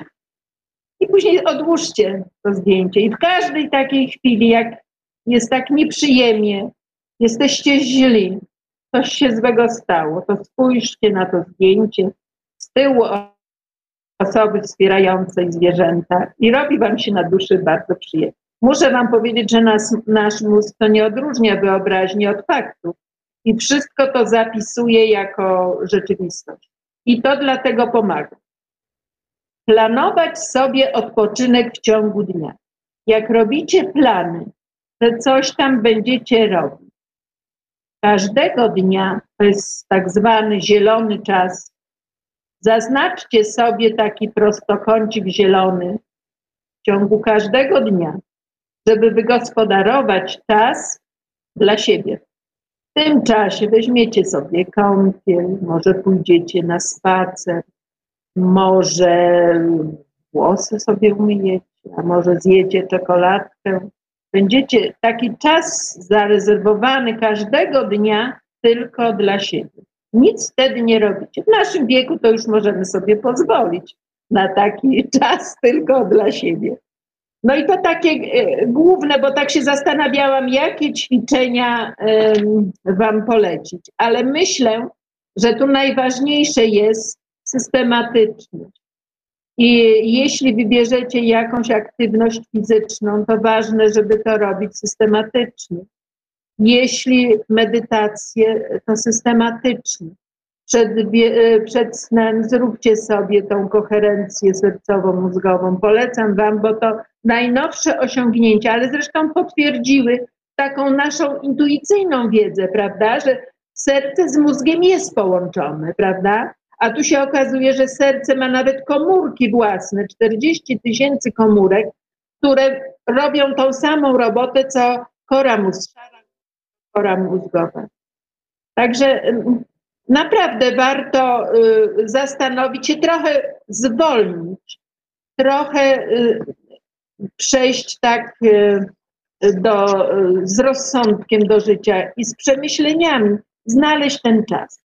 I później odłóżcie to zdjęcie. I w każdej takiej chwili, jak jest tak nieprzyjemnie, jesteście źli, coś się złego stało, to spójrzcie na to zdjęcie z tyłu osoby wspierającej zwierzęta i robi wam się na duszy bardzo przyjemnie. Muszę wam powiedzieć, że nas, nasz mózg to nie odróżnia wyobraźni od faktów i wszystko to zapisuje jako rzeczywistość. I to dlatego pomaga. Planować sobie odpoczynek w ciągu dnia. Jak robicie plany, że coś tam będziecie robić, każdego dnia, to jest tak zwany zielony czas, zaznaczcie sobie taki prostokącik zielony w ciągu każdego dnia, żeby wygospodarować czas dla siebie. W tym czasie weźmiecie sobie kąpiel, może pójdziecie na spacer, może włosy sobie umyjecie, a może zjecie czekoladkę. Będziecie taki czas zarezerwowany każdego dnia tylko dla siebie. Nic wtedy nie robicie. W naszym wieku to już możemy sobie pozwolić na taki czas tylko dla siebie. No i to takie e, główne, bo tak się zastanawiałam, jakie ćwiczenia e, wam polecić. Ale myślę, że tu najważniejsze jest systematyczność. I jeśli wybierzecie jakąś aktywność fizyczną, to ważne, żeby to robić systematycznie. Jeśli medytację, to systematycznie. Przed, przed snem zróbcie sobie tą koherencję sercowo-mózgową. Polecam wam, bo to najnowsze osiągnięcia, ale zresztą potwierdziły taką naszą intuicyjną wiedzę, prawda, że serce z mózgiem jest połączone, prawda? A tu się okazuje, że serce ma nawet komórki własne, czterdzieści tysięcy komórek, które robią tą samą robotę, co kora mózgowa. Kora mózgowa. Także naprawdę warto y, zastanowić się, trochę zwolnić, trochę y, przejść tak y, do, y, z rozsądkiem do życia i z przemyśleniami znaleźć ten czas.